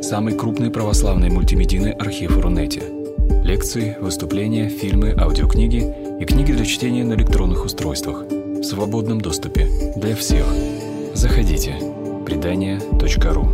самый крупный православный мультимедийный архив Рунете. Лекции, выступления, фильмы, аудиокниги и книги для чтения на электронных устройствах в свободном доступе для всех. Заходите. Предания.ру.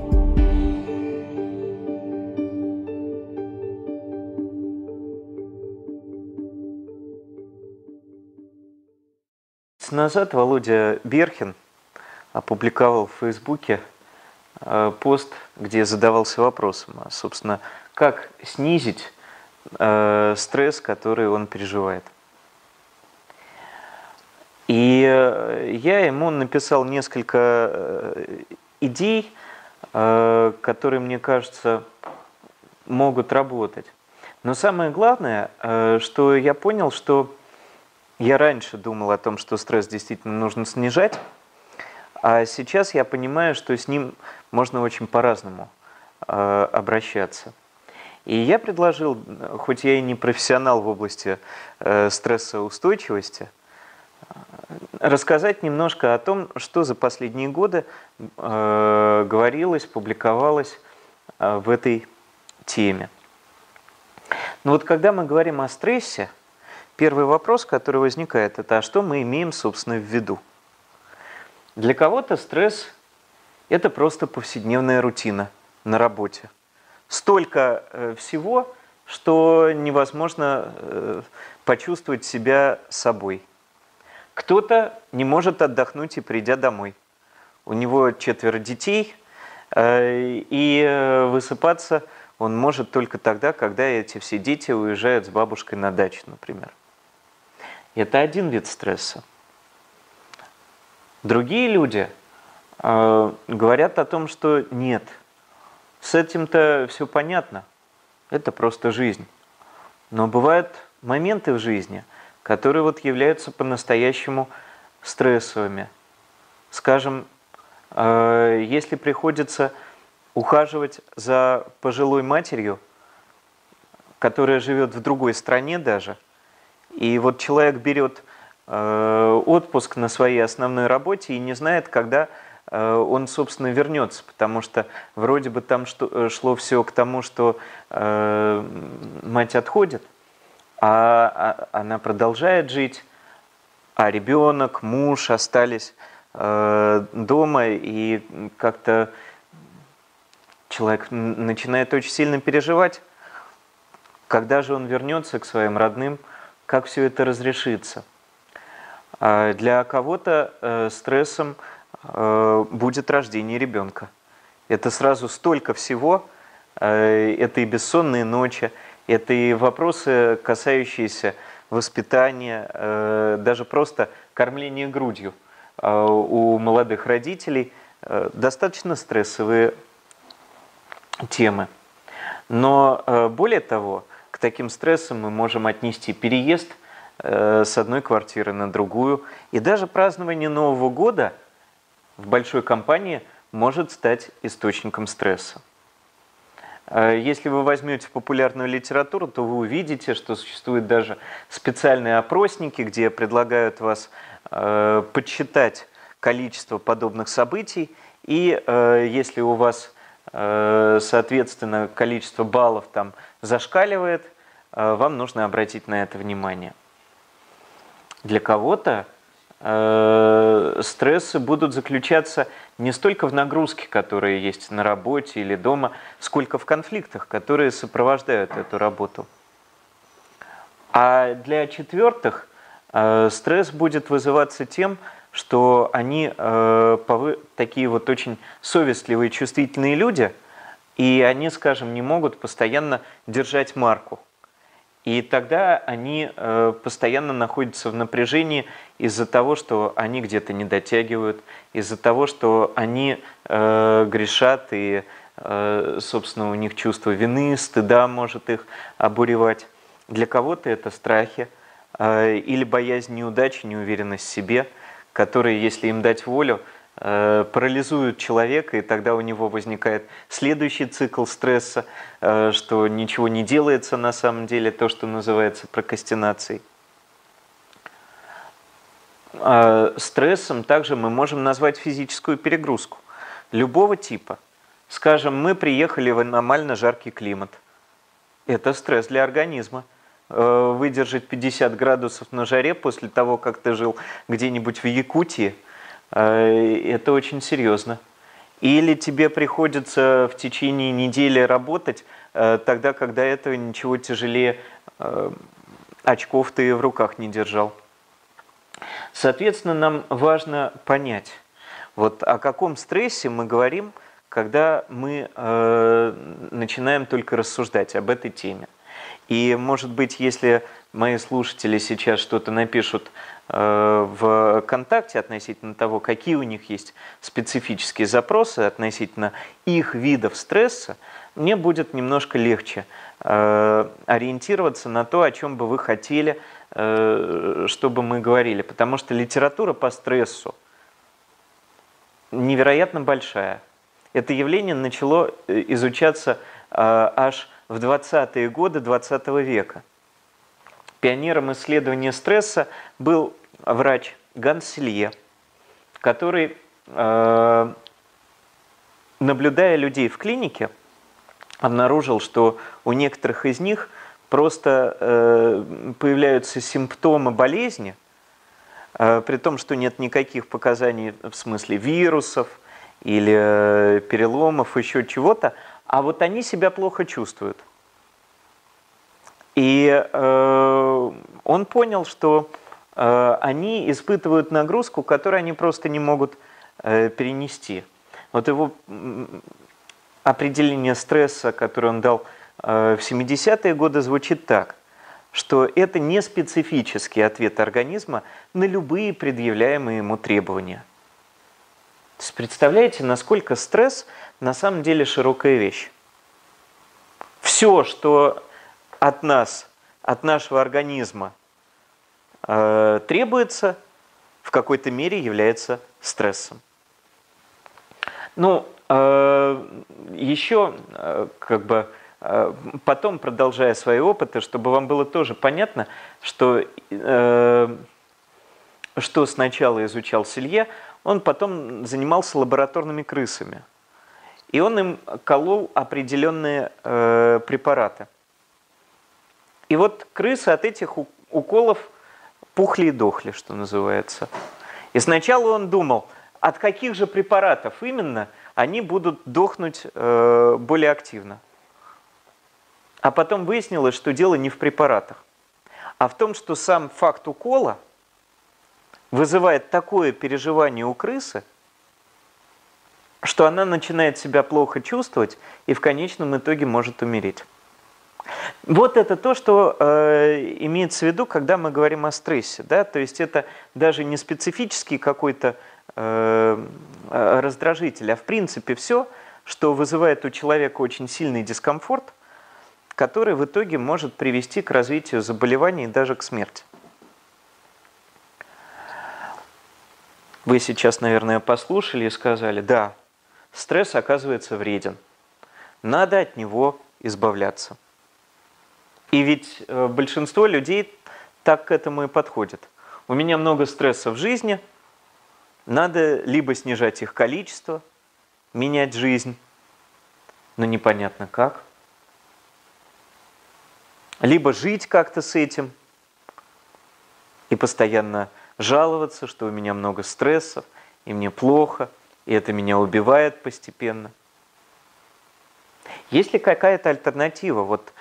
Назад Володя Берхин опубликовал в Фейсбуке пост, где задавался вопросом, собственно, как снизить стресс, который он переживает. И я ему написал несколько идей, которые, мне кажется, могут работать. Но самое главное, что я понял, что я раньше думал о том, что стресс действительно нужно снижать, а сейчас я понимаю, что с ним можно очень по-разному обращаться. И я предложил, хоть я и не профессионал в области стрессоустойчивости, рассказать немножко о том, что за последние годы говорилось, публиковалось в этой теме. Но вот когда мы говорим о стрессе, первый вопрос, который возникает, это что мы имеем, собственно, в виду? Для кого-то стресс – это просто повседневная рутина на работе. Столько всего, что невозможно почувствовать себя собой. Кто-то не может отдохнуть и придя домой. У него 4 детей, и высыпаться он может только тогда, когда эти все дети уезжают с бабушкой на дачу, например. Это один вид стресса. Другие люди говорят о том, что нет, с этим-то все понятно, это просто жизнь. Но бывают моменты в жизни, которые вот являются по-настоящему стрессовыми. Скажем, если приходится ухаживать за пожилой матерью, которая живет в другой стране даже, и вот человек берет отпуск на своей основной работе и не знает, когда он, собственно, вернется, потому что вроде бы там шло все к тому, что мать отходит, а она продолжает жить, а ребенок, муж остались дома, и как-то человек начинает очень сильно переживать, когда же он вернется к своим родным, как все это разрешится. Для кого-то стрессом будет рождение ребенка. Это сразу столько всего, это и бессонные ночи, это и вопросы, касающиеся воспитания, даже просто кормления грудью. У молодых родителей достаточно стрессовые темы. Но более того, к таким стрессам мы можем отнести переезд с одной квартиры на другую. И даже празднование Нового года в большой компании может стать источником стресса. Если вы возьмете популярную литературу, то вы увидите, что существуют даже специальные опросники, где предлагают вас подсчитать количество подобных событий. И если у вас, соответственно, количество баллов там зашкаливает, вам нужно обратить на это внимание. Для кого-то стрессы будут заключаться не столько в нагрузке, которые есть на работе или дома, сколько в конфликтах, которые сопровождают эту работу. А для четвертых стресс будет вызываться тем, что они такие вот очень совестливые, чувствительные люди, и они, скажем, не могут постоянно держать марку. И тогда они постоянно находятся в напряжении из-за того, что они где-то не дотягивают, из-за того, что они грешат, и, собственно, у них чувство вины, стыда может их обуревать. Для кого-то это страхи или боязнь неудачи, неуверенность в себе, которые, если им дать волю, парализуют человека, и тогда у него возникает следующий цикл стресса, что ничего не делается на самом деле, то, что называется прокрастинацией. Стрессом также мы можем назвать физическую перегрузку любого типа. Скажем, мы приехали в аномально жаркий климат. Это стресс для организма. Выдержать 50 градусов на жаре после того, как ты жил где-нибудь в Якутии, это очень серьезно. Или тебе приходится в течение недели работать, тогда, когда этого ничего тяжелее очков ты в руках не держал. Соответственно, нам важно понять, вот о каком стрессе мы говорим, когда мы начинаем только рассуждать об этой теме. И, может быть, если мои слушатели сейчас что-то напишут в ВКонтакте относительно того, какие у них есть специфические запросы относительно их видов стресса, мне будет немножко легче ориентироваться на то, о чем бы вы хотели, чтобы мы говорили. Потому что литература по стрессу невероятно большая. Это явление начало изучаться аж в 20-е годы 20 века. Пионером исследования стресса был врач Ганс Селье, который, наблюдая людей в клинике, обнаружил, что у некоторых из них просто появляются симптомы болезни, при том, что нет никаких показаний в смысле вирусов или переломов, еще чего-то, а вот они себя плохо чувствуют. И он понял, что они испытывают нагрузку, которую они просто не могут перенести. Вот его определение стресса, которое он дал в 70-е годы, звучит так, что это не специфический ответ организма на любые предъявляемые ему требования. То есть представляете, насколько стресс на самом деле широкая вещь. Все, что от нас, от нашего организма требуется, в какой-то мере является стрессом. Ну, еще потом, продолжая свои опыты, чтобы вам было тоже понятно, что сначала изучал Селье, он потом занимался лабораторными крысами. И он им колол определенные препараты. И вот крысы от этих уколов пухли и дохли, что называется. И сначала он думал, от каких же препаратов именно они будут дохнуть более активно. А потом выяснилось, что дело не в препаратах, а в том, что сам факт укола вызывает такое переживание у крысы, что она начинает себя плохо чувствовать и в конечном итоге может умереть. Вот это то, что имеется в виду, когда мы говорим о стрессе. Да? То есть это даже не специфический какой-то раздражитель, а в принципе все, что вызывает у человека очень сильный дискомфорт, который в итоге может привести к развитию заболеваний и даже к смерти. Вы сейчас, наверное, послушали и сказали, да, стресс оказывается вреден, надо от него избавляться. И ведь большинство людей так к этому и подходит. У меня много стресса в жизни, надо либо снижать их количество, менять жизнь, но непонятно как, либо жить как-то с этим и постоянно жаловаться, что у меня много стрессов, и мне плохо, и это меня убивает постепенно. Есть ли какая-то альтернатива вот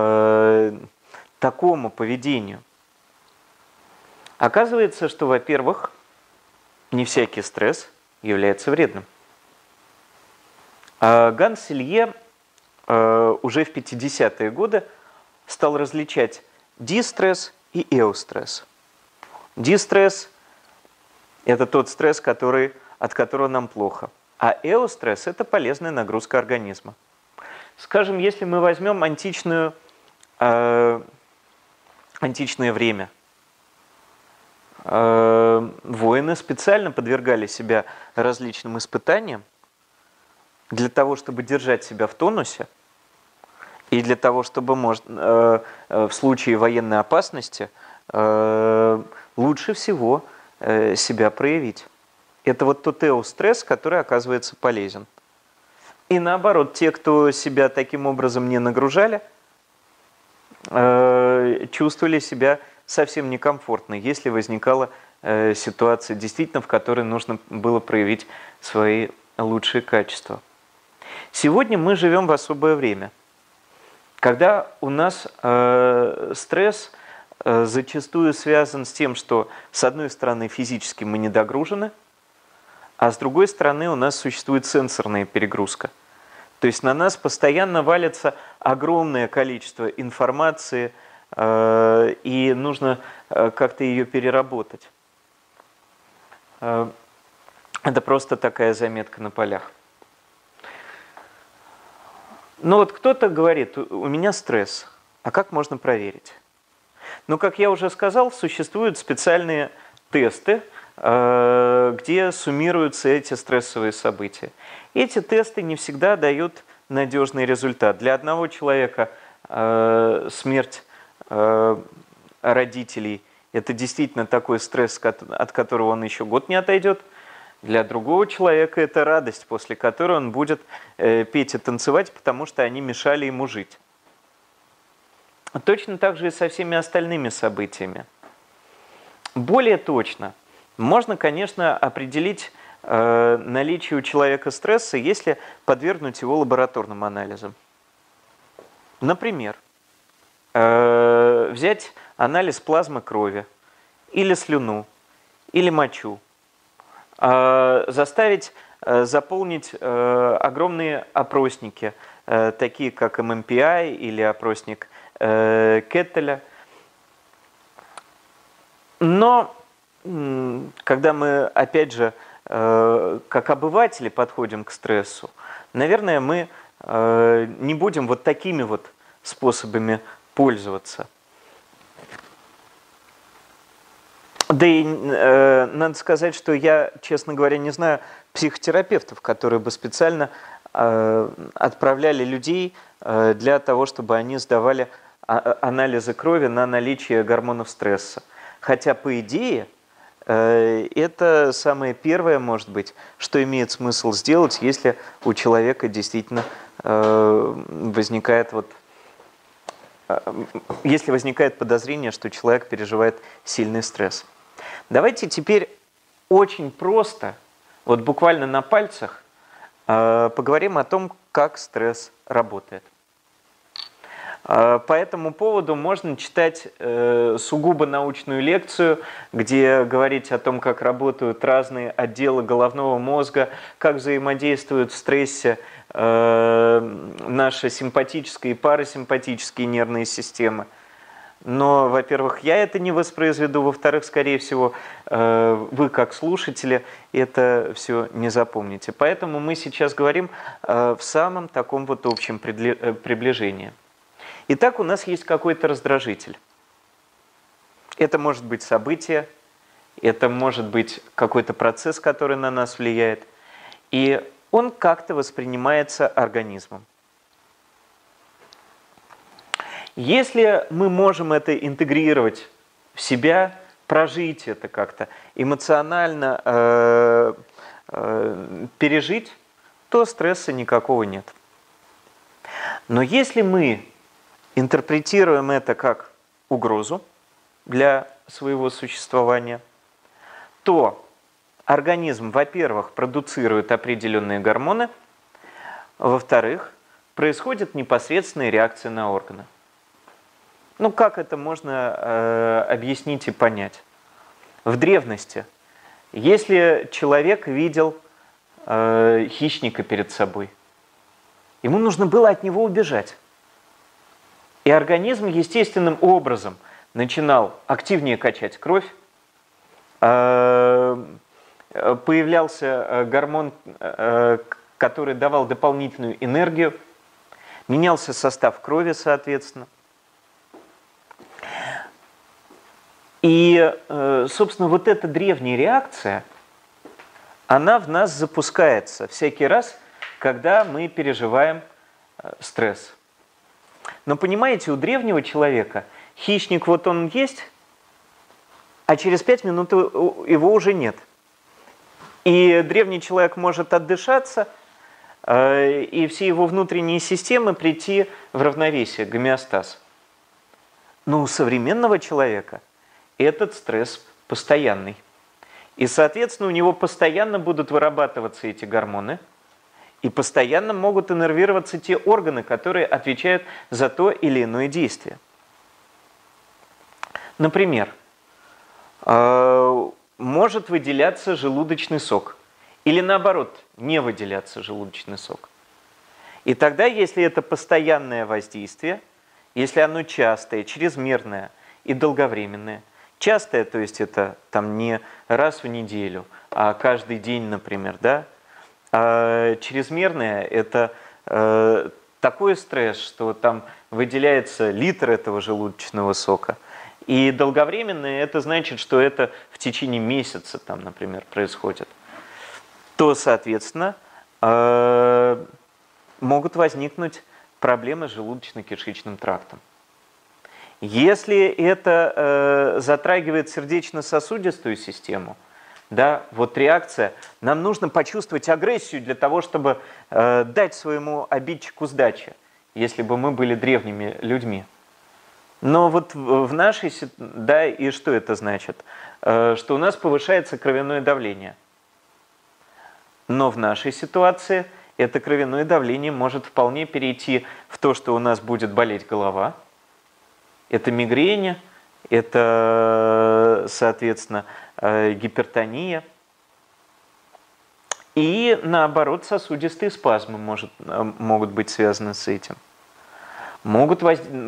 такому поведению? Оказывается, что, во-первых, не всякий стресс является вредным. Ганс Селье уже в 50-е годы стал различать дистресс и эустресс. Дистресс – это тот стресс, от которого нам плохо, а эустресс – это полезная нагрузка организма. Скажем, если мы возьмем античное время, воины специально подвергали себя различным испытаниям для того, чтобы держать себя в тонусе и для того, чтобы в случае военной опасности лучше всего себя проявить. Это вот тот эустресс, который оказывается полезен. И наоборот, те, кто себя таким образом не нагружали, чувствовали себя совсем некомфортно, если возникала ситуация, действительно, в которой нужно было проявить свои лучшие качества. Сегодня мы живем в особое время, когда у нас стресс зачастую связан с тем, что с одной стороны физически мы недогружены, а с другой стороны у нас существует сенсорная перегрузка. То есть на нас постоянно валится огромное количество информации, и нужно как-то ее переработать. Это просто такая заметка на полях. Но вот кто-то говорит, у меня стресс, а как можно проверить? Ну, как я уже сказал, существуют специальные тесты, где суммируются эти стрессовые события. Эти тесты не всегда дают надежный результат. Для одного человека смерть родителей – это действительно такой стресс, от которого он еще год не отойдет. Для другого человека это радость, после которой он будет петь и танцевать, потому что они мешали ему жить. Точно так же и со всеми остальными событиями. Более точно, можно, конечно, определить наличие у человека стресса, если подвергнуть его лабораторным анализам. Например, взять анализ плазмы крови, или слюну, или мочу, заставить заполнить огромные опросники, такие как MMPI или опросник Кеттеля. Но когда мы, опять же, как обыватели подходим к стрессу, наверное, мы не будем вот такими вот способами пользоваться. Да и надо сказать, что я, честно говоря, не знаю психотерапевтов, которые бы специально отправляли людей для того, чтобы они сдавали анализы крови на наличие гормонов стресса. Хотя, по идее, это самое первое, может быть, что имеет смысл сделать, если у человека действительно возникает если возникает подозрение, что человек переживает сильный стресс. Давайте теперь очень просто, вот буквально на пальцах, поговорим о том, как стресс работает. По этому поводу можно читать сугубо научную лекцию, где говорить о том, как работают разные отделы головного мозга, как взаимодействуют в стрессе наши симпатические и парасимпатические нервные системы. Но, во-первых, я это не воспроизведу, во-вторых, скорее всего, вы, как слушатели, это все не запомните. Поэтому мы сейчас говорим в самом таком вот общем приближении. Итак, у нас есть какой-то раздражитель. Это может быть событие, это может быть какой-то процесс, который на нас влияет, и он как-то воспринимается организмом. Если мы можем это интегрировать в себя, прожить это как-то, эмоционально пережить, то стресса никакого нет. Но если мы интерпретируем это как угрозу для своего существования, то организм, во-первых, продуцирует определенные гормоны, во-вторых, происходит непосредственная реакция на органы. Ну, как это можно объяснить и понять? В древности, если человек видел хищника перед собой, ему нужно было от него убежать. И организм естественным образом начинал активнее качать кровь, появлялся гормон, который давал дополнительную энергию, менялся состав крови, соответственно. И, собственно, вот эта древняя реакция, она в нас запускается всякий раз, когда мы переживаем стресс. Но понимаете, у древнего человека хищник вот он есть, а через 5 минут его уже нет. И древний человек может отдышаться, и все его внутренние системы прийти в равновесие, гомеостаз. Но у современного человека этот стресс постоянный. И, соответственно, у него постоянно будут вырабатываться эти гормоны, и постоянно могут иннервироваться те органы, которые отвечают за то или иное действие. Например, может выделяться желудочный сок, или наоборот, не выделяться желудочный сок. И тогда, если это постоянное воздействие, если оно частое, чрезмерное и долговременное, частое, то есть это там не раз в неделю, а каждый день, например, да? А чрезмерное – это такой стресс, что там выделяется литр этого желудочного сока. И долговременное – это значит, что это в течение месяца, там, например, происходит. То, соответственно, могут возникнуть проблемы с желудочно-кишечным трактом. Если это затрагивает сердечно-сосудистую систему, да, вот реакция, нам нужно почувствовать агрессию для того, чтобы дать своему обидчику сдачи, если бы мы были древними людьми. Но вот в нашей ситуации, да, и что это значит? Что у нас повышается кровяное давление. Но в нашей ситуации это кровяное давление может вполне перейти в то, что у нас будет болеть голова. Это мигрень, это, соответственно, гипертония. И, наоборот, сосудистые спазмы могут быть связаны с этим. Могут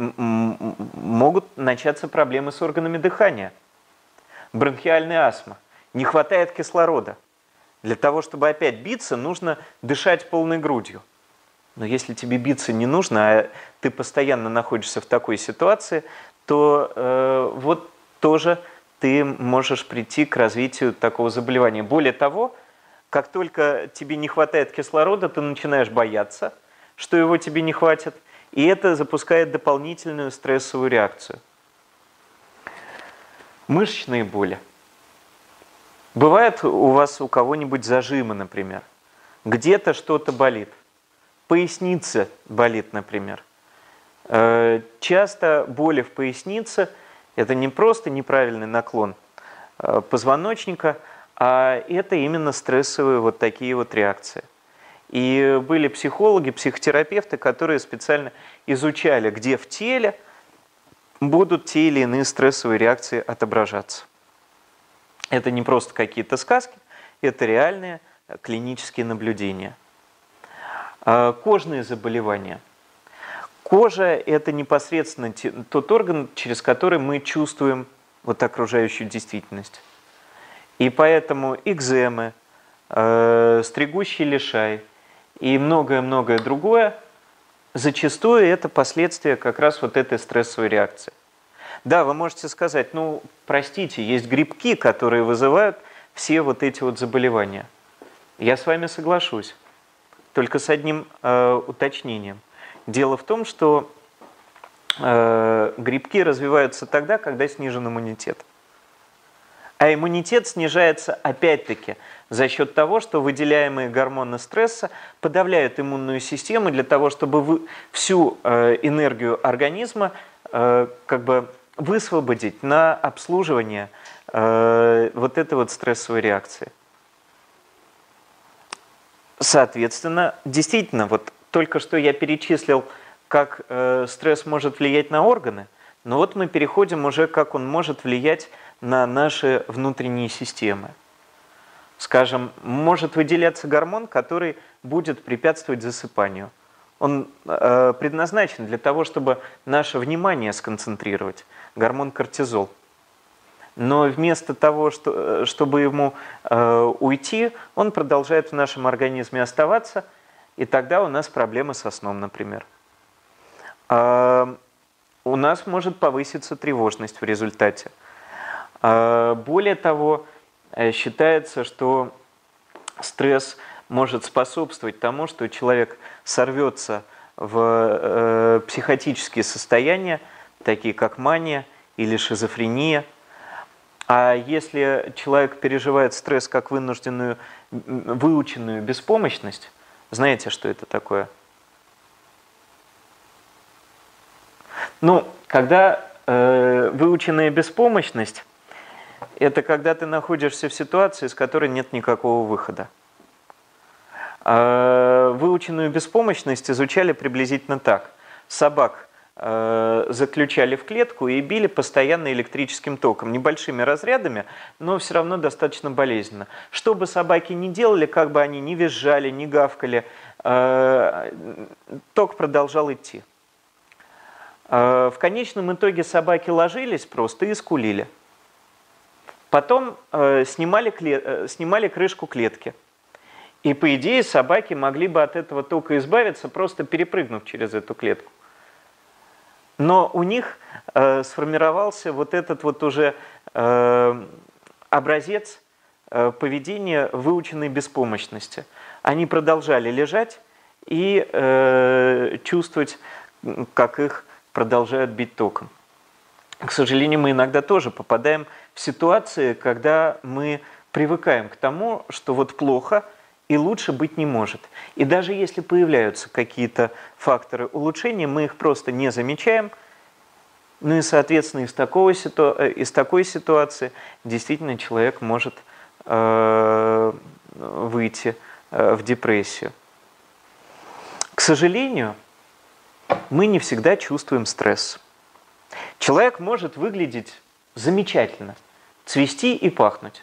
начаться проблемы с органами дыхания. Бронхиальная астма. Не хватает кислорода. Для того, чтобы опять биться, нужно дышать полной грудью. Но если тебе биться не нужно, а ты постоянно находишься в такой ситуации, то вот тоже ты можешь прийти к развитию такого заболевания. Более того, как только тебе не хватает кислорода, ты начинаешь бояться, что его тебе не хватит, и это запускает дополнительную стрессовую реакцию. Мышечные боли. Бывает у вас у кого-нибудь зажимы, например. Где-то что-то болит. Поясница болит, например. Часто боли в пояснице – это не просто неправильный наклон позвоночника, а это именно стрессовые вот такие вот реакции. И были психологи, психотерапевты, которые специально изучали, где в теле будут те или иные стрессовые реакции отображаться. Это не просто какие-то сказки, это реальные клинические наблюдения. Кожные заболевания. Кожа – это непосредственно тот орган, через который мы чувствуем вот окружающую действительность. И поэтому экземы, стригущий лишай и многое-многое другое, зачастую это последствия как раз вот этой стрессовой реакции. Да, вы можете сказать, ну, простите, есть грибки, которые вызывают все вот эти вот заболевания. Я с вами соглашусь, только с одним уточнением. Дело в том, что грибки развиваются тогда, когда снижен иммунитет. А иммунитет снижается опять-таки за счет того, что выделяемые гормоны стресса подавляют иммунную систему для того, чтобы всю энергию организма как бы высвободить на обслуживание вот этой вот стрессовой реакции. Соответственно, действительно, вот только что я перечислил, как стресс может влиять на органы, но вот мы переходим уже, как он может влиять на наши внутренние системы. Скажем, может выделяться гормон, который будет препятствовать засыпанию. Он предназначен для того, чтобы наше внимание сконцентрировать. Гормон кортизол. Но вместо того, чтобы ему уйти, он продолжает в нашем организме оставаться, и тогда у нас проблемы со сном, например. У нас может повыситься тревожность в результате. Более того, считается, что стресс может способствовать тому, что человек сорвется в психотические состояния, такие как мания или шизофрения. А если человек переживает стресс как вынужденную, выученную беспомощность, Знаете, что это такое? Ну, когда выученная беспомощность, это когда ты находишься в ситуации, из которой нет никакого выхода. Выученную беспомощность изучали приблизительно так. Собак заключали в клетку и били постоянно электрическим током, небольшими разрядами, но все равно достаточно болезненно. Что бы собаки ни делали, как бы они ни визжали, ни гавкали, ток продолжал идти. В конечном итоге собаки ложились просто и скулили. Потом снимали крышку клетки. И по идее собаки могли бы от этого тока избавиться, просто перепрыгнув через эту клетку. Но у них сформировался вот этот вот уже образец поведения выученной беспомощности. Они продолжали лежать и чувствовать, как их продолжают бить током. К сожалению, мы иногда тоже попадаем в ситуации, когда мы привыкаем к тому, что вот плохо и лучше быть не может. И даже если появляются какие-то факторы улучшения, мы их просто не замечаем. Ну и, соответственно, из такой ситуации действительно человек может выйти в депрессию. К сожалению, мы не всегда чувствуем стресс. Человек может выглядеть замечательно, цвести и пахнуть.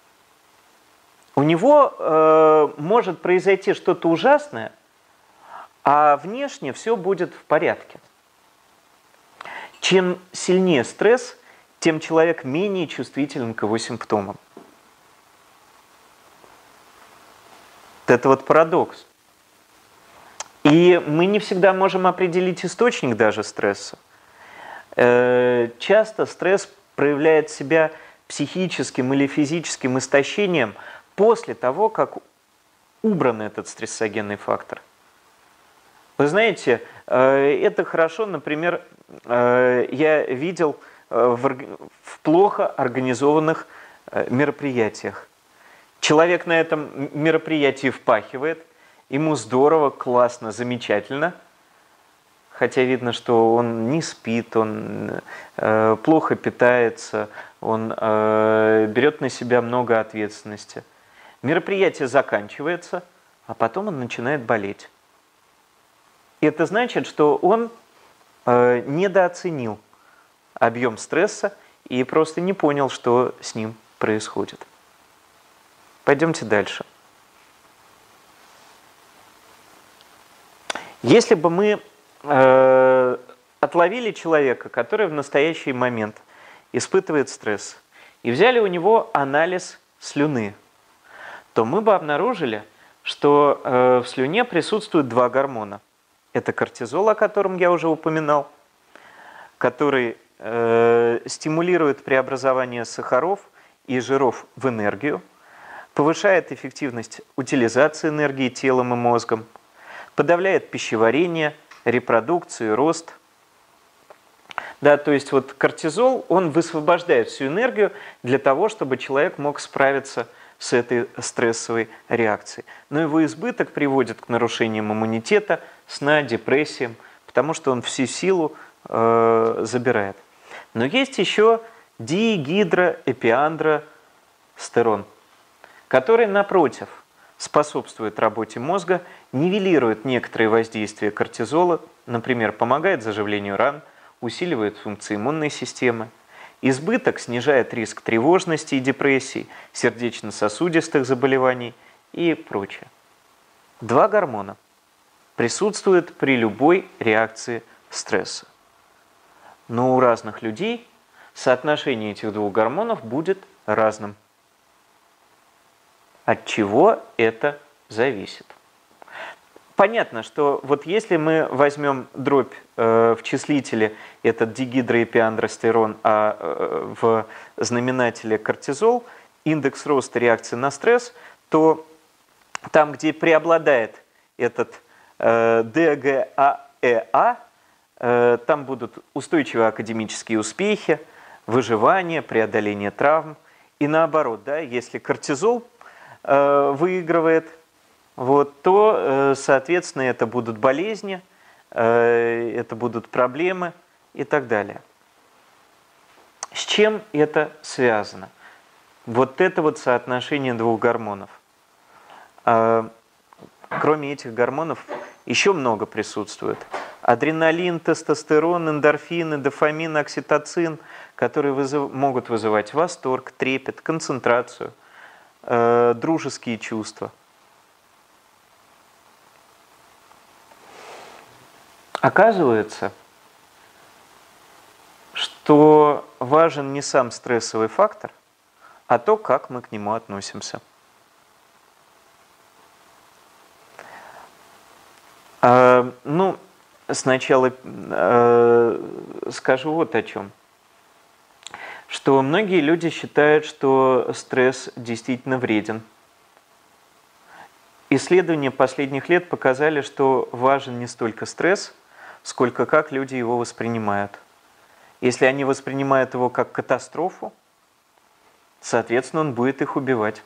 У него может произойти что-то ужасное, а внешне все будет в порядке. Чем сильнее стресс, тем человек менее чувствителен к его симптомам. Это вот парадокс. И мы не всегда можем определить источник даже стресса. Часто стресс проявляет себя психическим или физическим истощением после того, как убран этот стрессогенный фактор. Вы знаете, это хорошо, например, я видел в плохо организованных мероприятиях. Человек на этом мероприятии впахивает, ему здорово, классно, замечательно, хотя видно, что он не спит, он плохо питается, он берет на себя много ответственности. Мероприятие заканчивается, а потом он начинает болеть. И это значит, что он недооценил объем стресса и просто не понял, что с ним происходит. Пойдемте дальше. Если бы мы отловили человека, который в настоящий момент испытывает стресс, и взяли у него анализ слюны, то мы бы обнаружили, что в слюне присутствуют два гормона. Это кортизол, о котором я уже упоминал, который стимулирует преобразование сахаров и жиров в энергию, повышает эффективность утилизации энергии телом и мозгом, подавляет пищеварение, репродукцию, рост. Да, то есть вот кортизол, он высвобождает всю энергию для того, чтобы человек мог справиться с этой стрессовой реакцией. Но его избыток приводит к нарушениям иммунитета, сна, депрессиям, потому что он всю силу забирает. Но есть еще дигидроэпиандростерон, который, напротив, способствует работе мозга, нивелирует некоторые воздействия кортизола, например, помогает заживлению ран, усиливает функции иммунной системы. Избыток снижает риск тревожности и депрессии, сердечно-сосудистых заболеваний и прочее. Два гормона присутствуют при любой реакции стресса. Но у разных людей соотношение этих двух гормонов будет разным. От чего это зависит? Понятно, что вот если мы возьмем дробь в числителе этот дигидроэпиандростерон, а в знаменателе кортизол, индекс роста реакции на стресс, то там, где преобладает этот ДГАЭА, там будут устойчивые академические успехи, выживание, преодоление травм. И наоборот, да, если кортизол выигрывает, вот, то, соответственно, это будут болезни, это будут проблемы и так далее. С чем это связано? Вот это вот соотношение двух гормонов. Кроме этих гормонов еще много присутствует. Адреналин, тестостерон, эндорфины, дофамин, окситоцин, которые могут вызывать восторг, трепет, концентрацию, дружеские чувства. Оказывается, что важен не сам стрессовый фактор, а то, как мы к нему относимся. Ну, сначала скажу вот о чем. Что многие люди считают, что стресс действительно вреден. Исследования последних лет показали, что важен не столько стресс, сколько как люди его воспринимают. Если они воспринимают его как катастрофу, соответственно, он будет их убивать.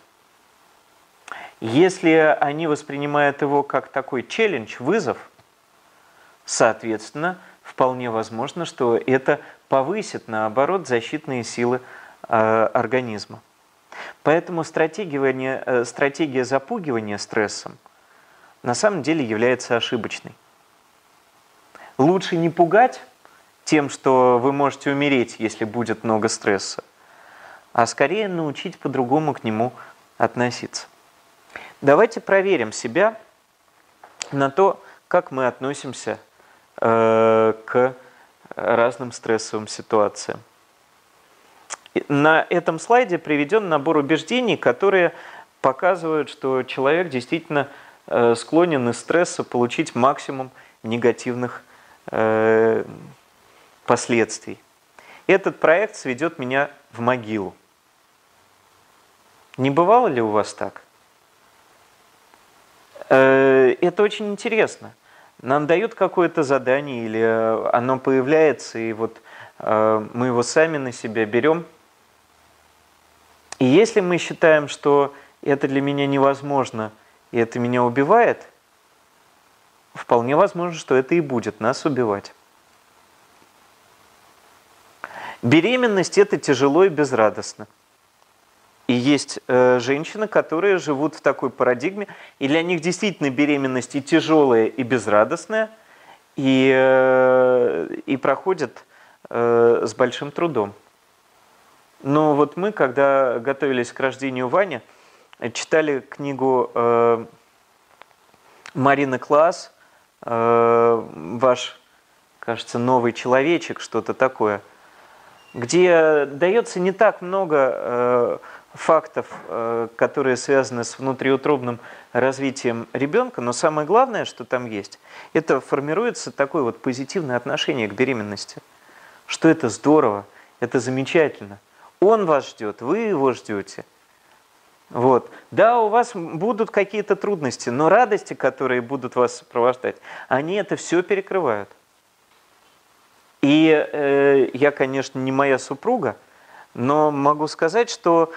Если они воспринимают его как такой челлендж, вызов, соответственно, вполне возможно, что это повысит, защитные силы организма. Поэтому стратегия запугивания стрессом на самом деле является ошибочной. Лучше не пугать тем, что вы можете умереть, если будет много стресса, а скорее научить по-другому к нему относиться. Давайте проверим себя на то, как мы относимся к разным стрессовым ситуациям. На этом слайде приведен набор убеждений, которые показывают, что человек действительно склонен из стресса получить максимум негативных последствий. Этот проект сведет меня в могилу. Не бывало ли у вас так? Это очень интересно. Нам дают какое-то задание, или оно появляется, и вот мы его сами на себя берем. И если мы считаем, что это для меня невозможно, и это меня убивает, вполне возможно, что это и будет нас убивать. Беременность – это тяжело и безрадостно. И есть женщины, которые живут в такой парадигме, и для них действительно беременность и тяжелая, и безрадостная, и проходит с большим трудом. Но вот мы, когда готовились к рождению Вани, читали книгу Марины Клаас «Ваш, кажется, новый человечек», что-то такое, где дается не так много фактов, которые связаны с внутриутробным развитием ребенка, но самое главное, что там есть, это формируется такое вот позитивное отношение к беременности, что это здорово, это замечательно. Он вас ждет, вы его ждете. Вот. Да, у вас будут какие-то трудности, но радости, которые будут вас сопровождать, они это все перекрывают. И я, конечно, не моя супруга, но могу сказать, что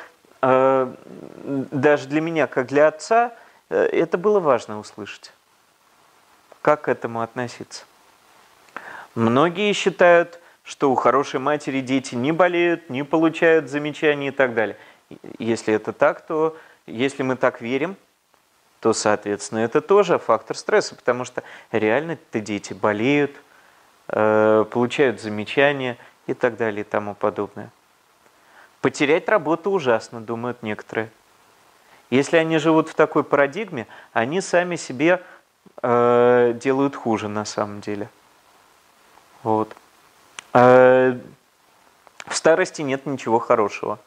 даже для меня, как для отца, это было важно услышать. Как к этому относиться? Многие считают, что у хорошей матери дети не болеют, не получают замечаний и так далее. Если это так, то если мы так верим, то, соответственно, это тоже фактор стресса, потому что реально-то дети болеют, получают замечания и так далее и тому подобное. Потерять работу ужасно, думают некоторые. Если они живут в такой парадигме, они сами себе делают хуже на самом деле. Вот. В старости нет ничего хорошего.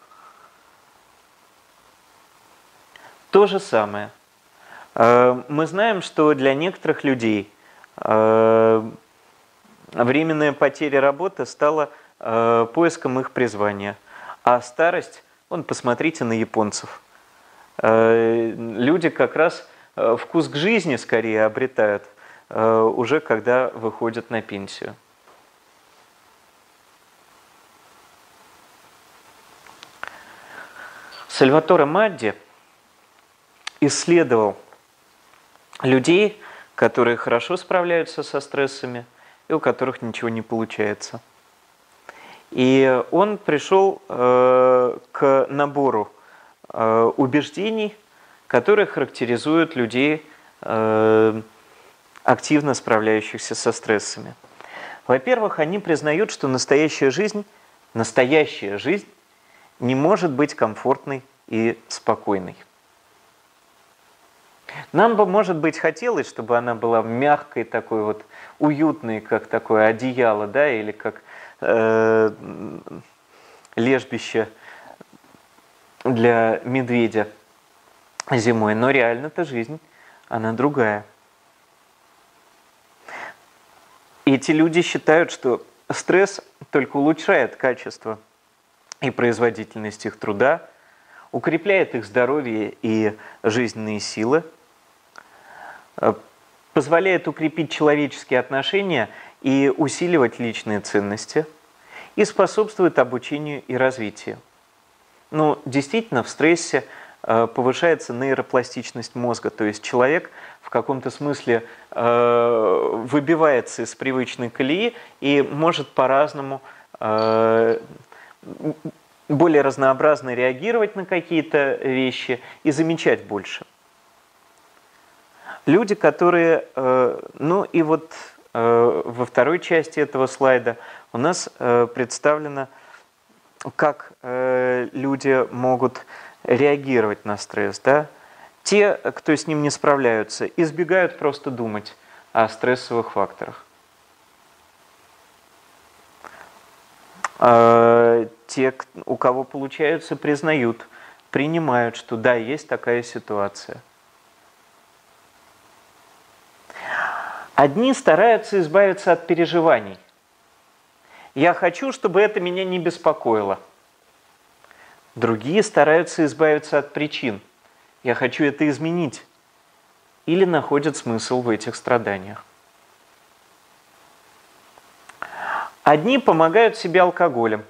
То же самое. Мы знаем, что для некоторых людей временная потеря работы стала поиском их призвания. А старость, посмотрите на японцев. Люди как раз вкус к жизни скорее обретают, уже когда выходят на пенсию. Сальваторе Мадди исследовал людей, которые хорошо справляются со стрессами и у которых ничего не получается. И он пришел к набору убеждений, которые характеризуют людей, активно справляющихся со стрессами. Во-первых, они признают, что настоящая жизнь не может быть комфортной и спокойной. Нам бы, может быть, хотелось, чтобы она была мягкой, такой вот уютной, как такое одеяло, да, или как лежбище для медведя зимой. Но реально-то жизнь, она другая. И эти люди считают, что стресс только улучшает качество и производительность их труда, укрепляет их здоровье и жизненные силы, позволяет укрепить человеческие отношения и усиливать личные ценности, и способствует обучению и развитию. Ну, действительно, в стрессе повышается нейропластичность мозга, то есть человек в каком-то смысле выбивается из привычной колеи и может по-разному, более разнообразно реагировать на какие-то вещи и замечать больше. Люди, которые, ну и вот во второй части этого слайда у нас представлено, как люди могут реагировать на стресс. Да? Те, кто с ним не справляются, избегают просто думать о стрессовых факторах. Те, у кого получается, признают, принимают, что да, есть такая ситуация. Одни стараются избавиться от переживаний. Я хочу, чтобы это меня не беспокоило. Другие стараются избавиться от причин. Я хочу это изменить. Или находят смысл в этих страданиях. Одни помогают себе алкоголем.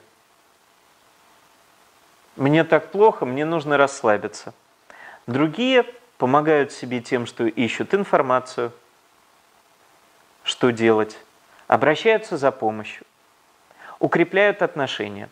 Мне так плохо, мне нужно расслабиться. Другие помогают себе тем, что ищут информацию, что делать, обращаются за помощью, укрепляют отношения.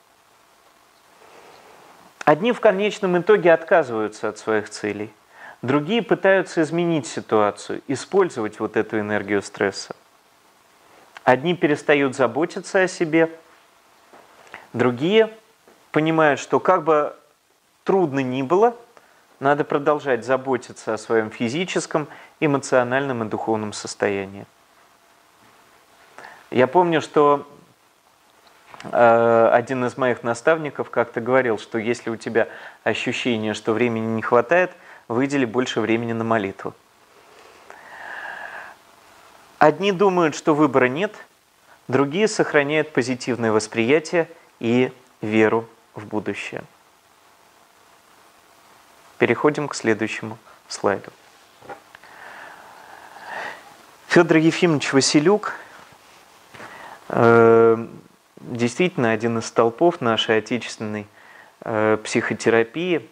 Одни в конечном итоге отказываются от своих целей, другие пытаются изменить ситуацию, использовать вот эту энергию стресса. Одни перестают заботиться о себе, другие понимают, что как бы трудно ни было, надо продолжать заботиться о своем физическом, эмоциональном и духовном состоянии. Я помню, что один из моих наставников как-то говорил, что если у тебя ощущение, что времени не хватает, выдели больше времени на молитву. Одни думают, что выбора нет, другие сохраняют позитивное восприятие и веру в будущее. Переходим к следующему слайду. Федор Ефимович Василюк действительно один из столпов нашей отечественной психотерапии,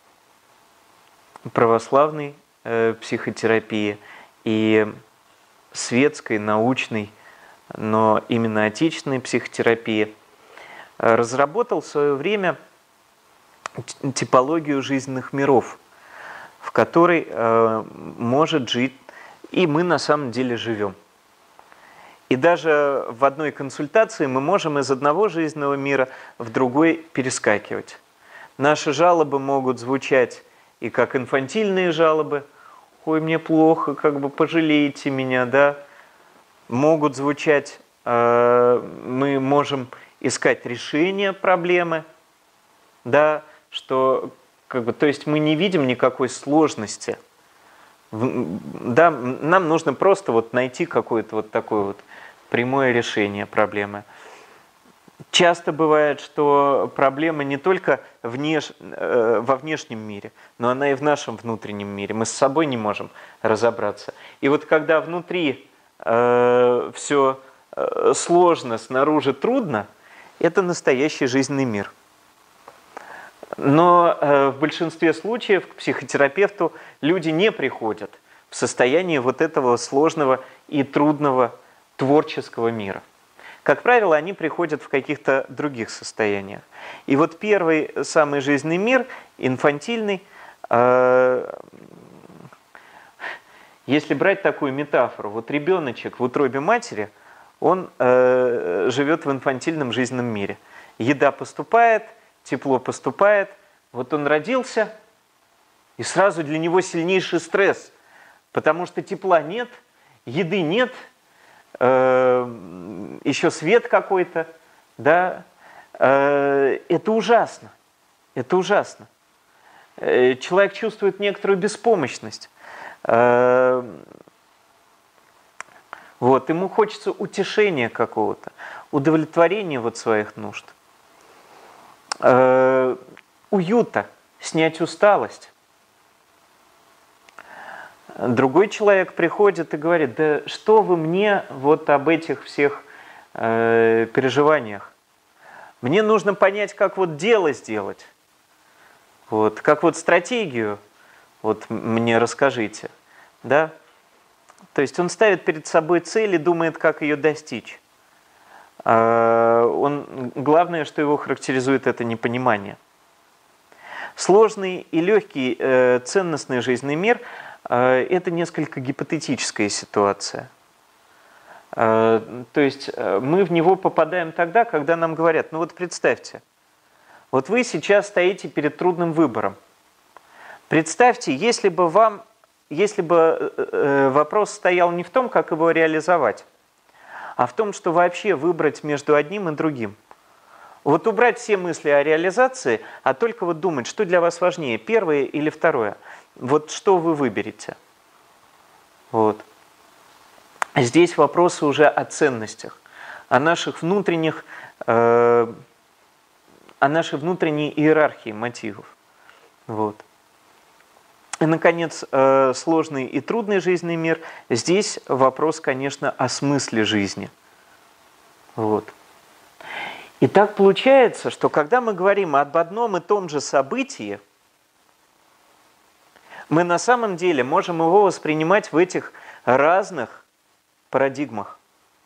православной психотерапии и светской, научной, но именно отечественной психотерапии, разработал в свое время типологию жизненных миров, в которой может жить, и мы на самом деле живем. И даже в одной консультации мы можем из одного жизненного мира в другой перескакивать. Наши жалобы могут звучать и как инфантильные жалобы. «Ой, мне плохо, как бы пожалейте меня», да? Могут звучать, мы можем искать решение проблемы, да, что, как бы, то есть мы не видим никакой сложности. Да, нам нужно просто вот найти какое-то вот такое вот прямое решение проблемы. Часто бывает, что проблема не только во внешнем мире, но она и в нашем внутреннем мире. Мы с собой не можем разобраться. И вот когда внутри все сложно, снаружи трудно, это настоящий жизненный мир. Но в большинстве случаев к психотерапевту люди не приходят в состоянии вот этого сложного и трудного творческого мира. Как правило, они приходят в каких-то других состояниях. И вот первый самый жизненный мир, инфантильный, если брать такую метафору, вот ребеночек в утробе матери, он живет в инфантильном жизненном мире. Еда поступает, тепло поступает, вот он родился, и сразу для него сильнейший стресс, потому что тепла нет, еды нет, еще свет какой-то, да, это ужасно, это ужасно. Человек чувствует некоторую беспомощность. Вот, ему хочется утешения какого-то, удовлетворения вот своих нужд, уюта, снять усталость. Другой человек приходит и говорит: да что вы мне вот об этих всех переживаниях? Мне нужно понять, как вот дело сделать. Вот, как вот стратегию вот мне расскажите. Да? То есть он ставит перед собой цель и думает, как ее достичь. Главное, что его характеризует, это непонимание. Сложный и легкий ценностный жизненный мир – это несколько гипотетическая ситуация. То есть мы в него попадаем тогда, когда нам говорят: ну вот представьте, вот вы сейчас стоите перед трудным выбором. Представьте, если бы вопрос стоял не в том, как его реализовать, а в том, что вообще выбрать между одним и другим. Вот убрать все мысли о реализации, а только вот думать, что для вас важнее, первое или второе. Вот что вы выберете. Вот. Здесь вопросы уже о ценностях, о нашей внутренней иерархии мотивов. Вот. И, наконец, сложный и трудный жизненный мир. Здесь вопрос, конечно, о смысле жизни. Вот. И так получается, что когда мы говорим об одном и том же событии, мы на самом деле можем его воспринимать в этих разных парадигмах.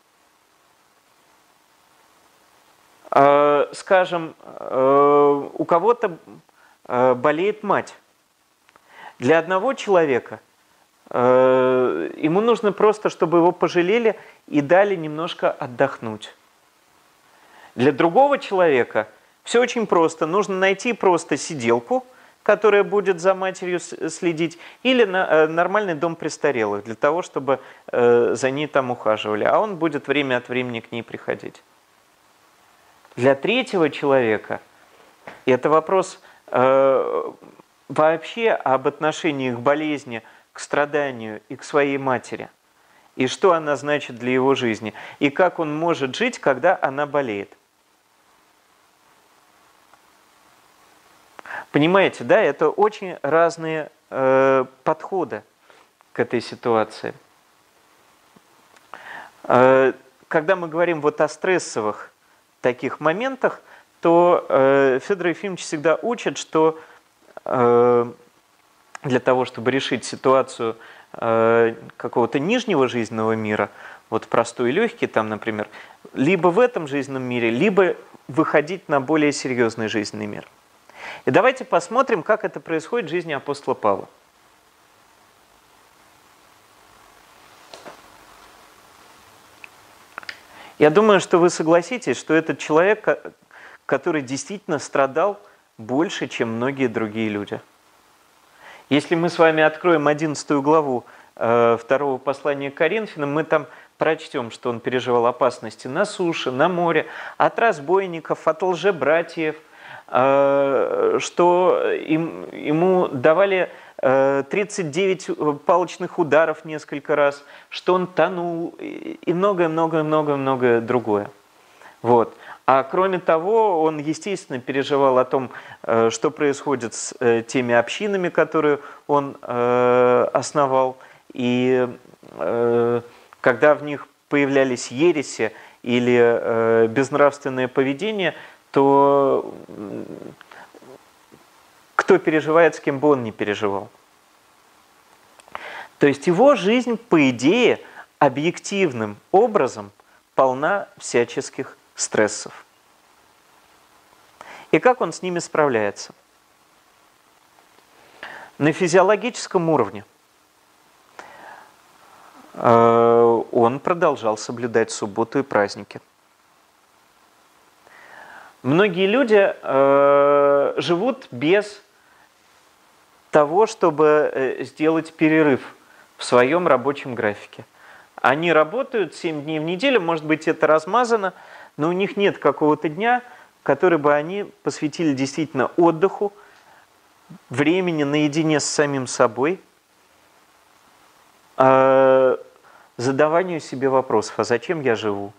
Скажем, у кого-то болеет мать. Для одного человека ему нужно просто, чтобы его пожалели и дали немножко отдохнуть. Для другого человека все очень просто. Нужно найти просто сиделку, которая будет за матерью следить, или нормальный дом престарелых, для того, чтобы за ней там ухаживали. А он будет время от времени к ней приходить. Для третьего человека это вопрос вообще об отношении к болезни, к страданию и к своей матери. И что она значит для его жизни. И как он может жить, когда она болеет. Понимаете, да, это очень разные подходы к этой ситуации. Когда мы говорим вот о стрессовых таких моментах, то Федор Ефимович всегда учит, что для того, чтобы решить ситуацию какого-то нижнего жизненного мира, вот простой и легкий там, например, либо в этом жизненном мире, либо выходить на более серьезный жизненный мир. И давайте посмотрим, как это происходит в жизни апостола Павла. Я думаю, что вы согласитесь, что этот человек, который действительно страдал больше, чем многие другие люди. Если мы с вами откроем 11 главу второго послания к Коринфянам, мы там прочтем, что он переживал опасности на суше, на море, от разбойников, от лжебратьев, что ему давали 39 палочных ударов несколько раз, что он тонул и многое-многое-многое-многое другое. Вот. А кроме того, он, естественно, переживал о том, что происходит с теми общинами, которые он основал, и когда в них появлялись ереси или безнравственное поведение, то кто переживает, с кем бы он ни переживал. То есть его жизнь, по идее, объективным образом полна всяческих стрессов. И как он с ними справляется? На физиологическом уровне он продолжал соблюдать субботу и праздники. Многие люди живут без того, чтобы сделать перерыв в своем рабочем графике. Они работают 7 дней в неделю, может быть, это размазано, но у них нет какого-то дня, который бы они посвятили действительно отдыху, времени наедине с самим собой, задаванию себе вопросов, а зачем я живу?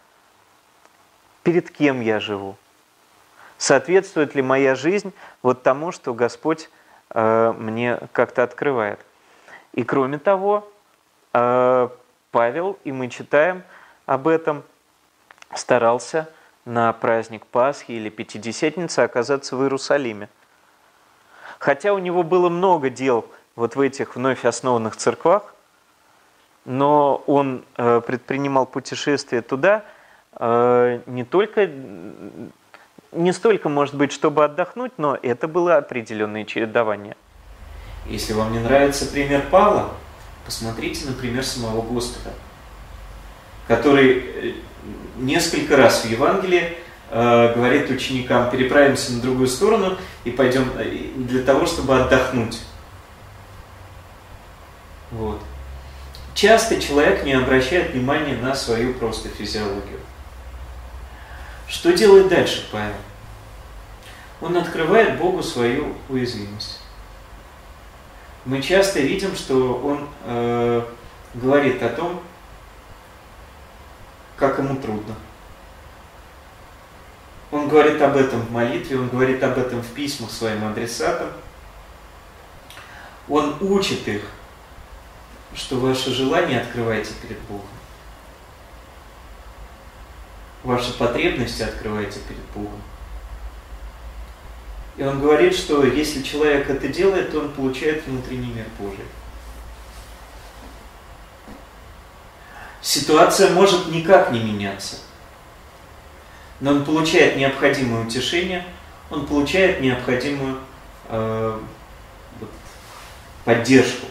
Перед кем я живу? Соответствует ли моя жизнь вот тому, что Господь мне как-то открывает? И кроме того, Павел, и мы читаем об этом, старался на праздник Пасхи или Пятидесятницы оказаться в Иерусалиме. Хотя у него было много дел вот в этих вновь основанных церквах, но он предпринимал путешествие туда не столько, может быть, чтобы отдохнуть, но это было определенное чередование. Если вам не нравится пример Павла, посмотрите на пример самого Господа, который несколько раз в Евангелии говорит ученикам: переправимся на другую сторону и пойдем для того, чтобы отдохнуть. Вот. Часто человек не обращает внимания на свою просто физиологию. Что делает дальше Павел? Он открывает Богу свою уязвимость. Мы часто видим, что он говорит о том, как ему трудно. Он говорит об этом в молитве, он говорит об этом в письмах своим адресатам. Он учит их, что ваше желание открывайте перед Богом. Ваши потребности открывайте перед Богом. И он говорит, что если человек это делает, то он получает внутренний мир Божий. Ситуация может никак не меняться, но он получает необходимое утешение, он получает необходимую поддержку.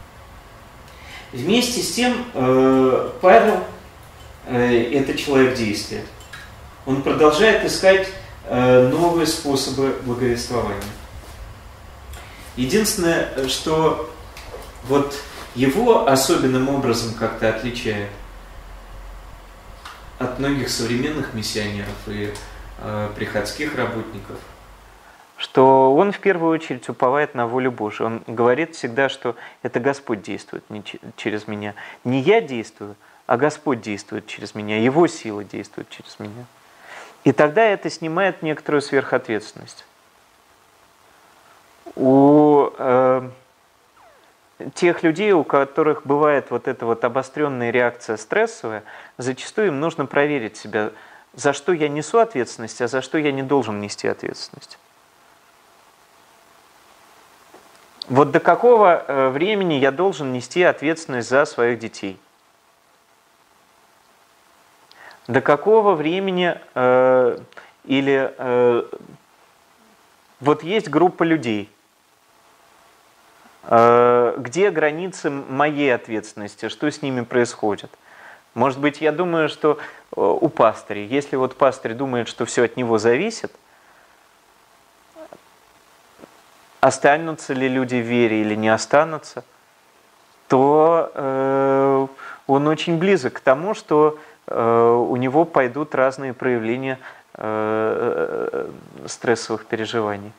Вместе с тем Павел это человек действия. Он продолжает искать новые способы благовествования. Единственное, что вот его особенным образом как-то отличает от многих современных миссионеров и приходских работников, что он в первую очередь уповает на волю Божию. Он говорит всегда, что это Господь действует через меня. Не я действую, а Господь действует через меня, Его сила действует через меня. И тогда это снимает некоторую сверхответственность. У тех людей, у которых бывает вот эта вот обостренная реакция стрессовая, зачастую им нужно проверить себя, за что я несу ответственность, а за что я не должен нести ответственность. Вот до какого времени я должен нести ответственность за своих детей? До какого времени вот есть группа людей, где границы моей ответственности, что с ними происходит? Может быть, я думаю, что у пастыря, если вот пастырь думает, что все от него зависит, останутся ли люди в вере или не останутся, то он очень близок к тому, что у него пойдут разные проявления стрессовых переживаний.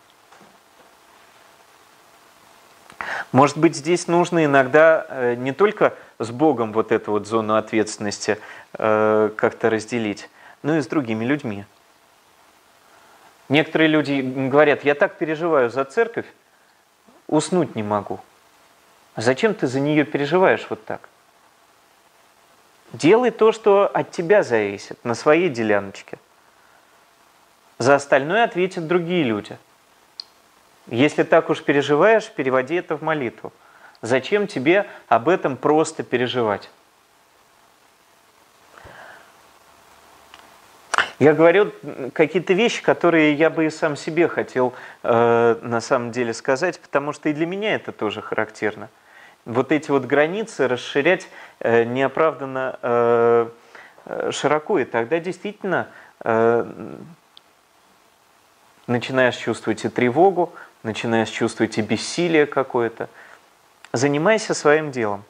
Может быть, здесь нужно иногда не только с Богом вот эту вот зону ответственности как-то разделить, но и с другими людьми. Некоторые люди говорят: я так переживаю за церковь, уснуть не могу. А зачем ты за нее переживаешь вот так? Делай то, что от тебя зависит, на своей деляночке. За остальное ответят другие люди. Если так уж переживаешь, переводи это в молитву. Зачем тебе об этом просто переживать? Я говорю какие-то вещи, которые я бы и сам себе хотел на самом деле сказать, потому что и для меня это тоже характерно. Вот эти вот границы расширять неоправданно широко, и тогда действительно начинаешь чувствовать и тревогу, начинаешь чувствовать и бессилие какое-то. Занимайся своим делом.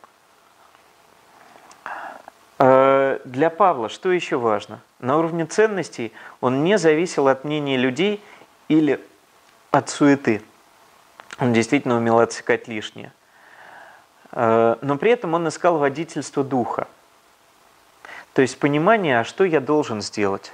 Для Павла что еще важно? На уровне ценностей он не зависел от мнения людей или от суеты. Он действительно умел отсекать лишнее. Но при этом он искал водительство духа. То есть понимание, а что я должен сделать.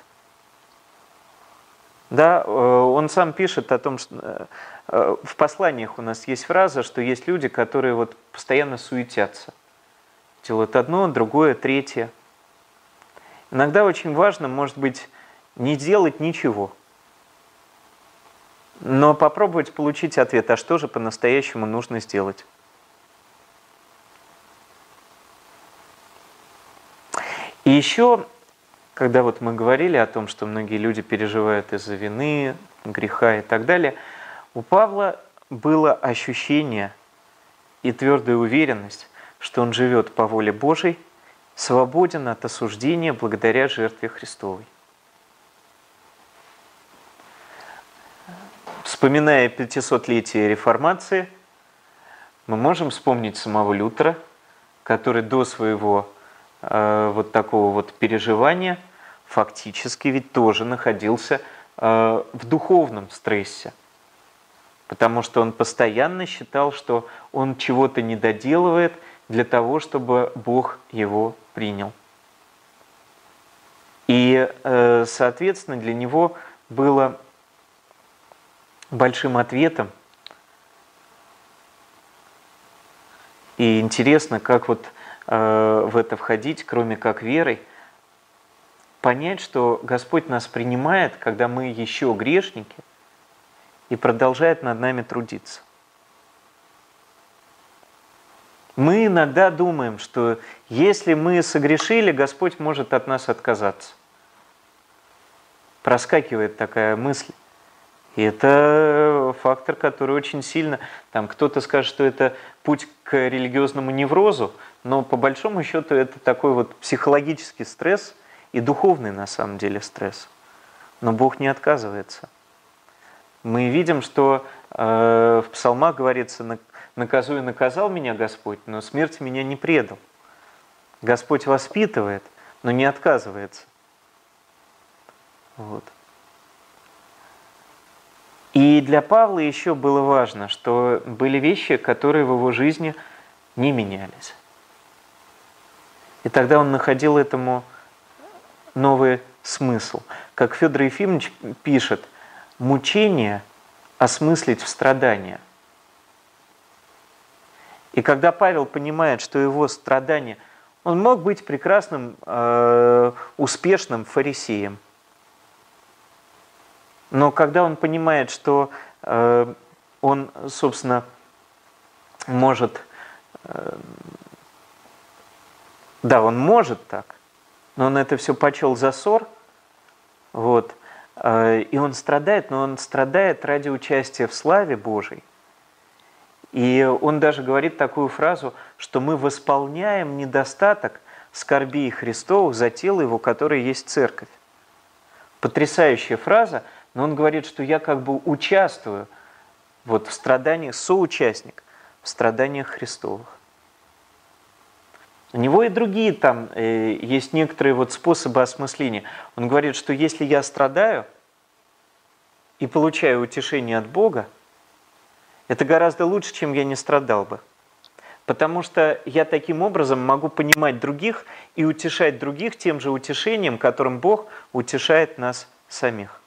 Да, он сам пишет о том, что в посланиях у нас есть фраза, что есть люди, которые вот постоянно суетятся. Делают одно, другое, третье. Иногда очень важно, может быть, не делать ничего, но попробовать получить ответ, а что же по-настоящему нужно сделать. И еще, когда вот мы говорили о том, что многие люди переживают из-за вины, греха и так далее, у Павла было ощущение и твердая уверенность, что он живет по воле Божией, свободен от осуждения благодаря жертве Христовой. Вспоминая 500-летие Реформации, мы можем вспомнить самого Лютера, который до своего вот такого вот переживания фактически ведь тоже находился в духовном стрессе, потому что он постоянно считал, что он чего-то не доделывает для того, чтобы Бог его принял. И, соответственно, для него было большим ответом. И интересно, как вот в это входить, кроме как верой, понять, что Господь нас принимает, когда мы еще грешники, и продолжает над нами трудиться. Мы иногда думаем, что если мы согрешили, Господь может от нас отказаться. Проскакивает такая мысль. И это фактор, который очень сильно... Там кто-то скажет, что это путь к религиозному неврозу, но по большому счету это такой вот психологический стресс и духовный на самом деле стресс. Но Бог не отказывается. Мы видим, что в псалмах говорится: «Наказуй, наказал меня Господь, но смерть меня не предал». Господь воспитывает, но не отказывается. Вот. И для Павла еще было важно, что были вещи, которые в его жизни не менялись. И тогда он находил этому новый смысл. Как Федор Ефимович пишет: «Мучение осмыслить в страдания». И когда Павел понимает, что его страдания, он мог быть прекрасным, успешным фарисеем. Но когда он понимает, что он, собственно, может, да, он может так, но он это все почел за ссор, вот, и он страдает, но он страдает ради участия в славе Божией. И он даже говорит такую фразу, что мы восполняем недостаток скорбей Христовых за тело Его, которое есть церковь. Потрясающая фраза, но он говорит, что я как бы участвую вот в страданиях, соучастник в страданиях Христовых. У него и другие там есть некоторые вот способы осмысления. Он говорит, что если я страдаю и получаю утешение от Бога, это гораздо лучше, чем я не страдал бы. Потому что я таким образом могу понимать других и утешать других тем же утешением, которым Бог утешает нас самих.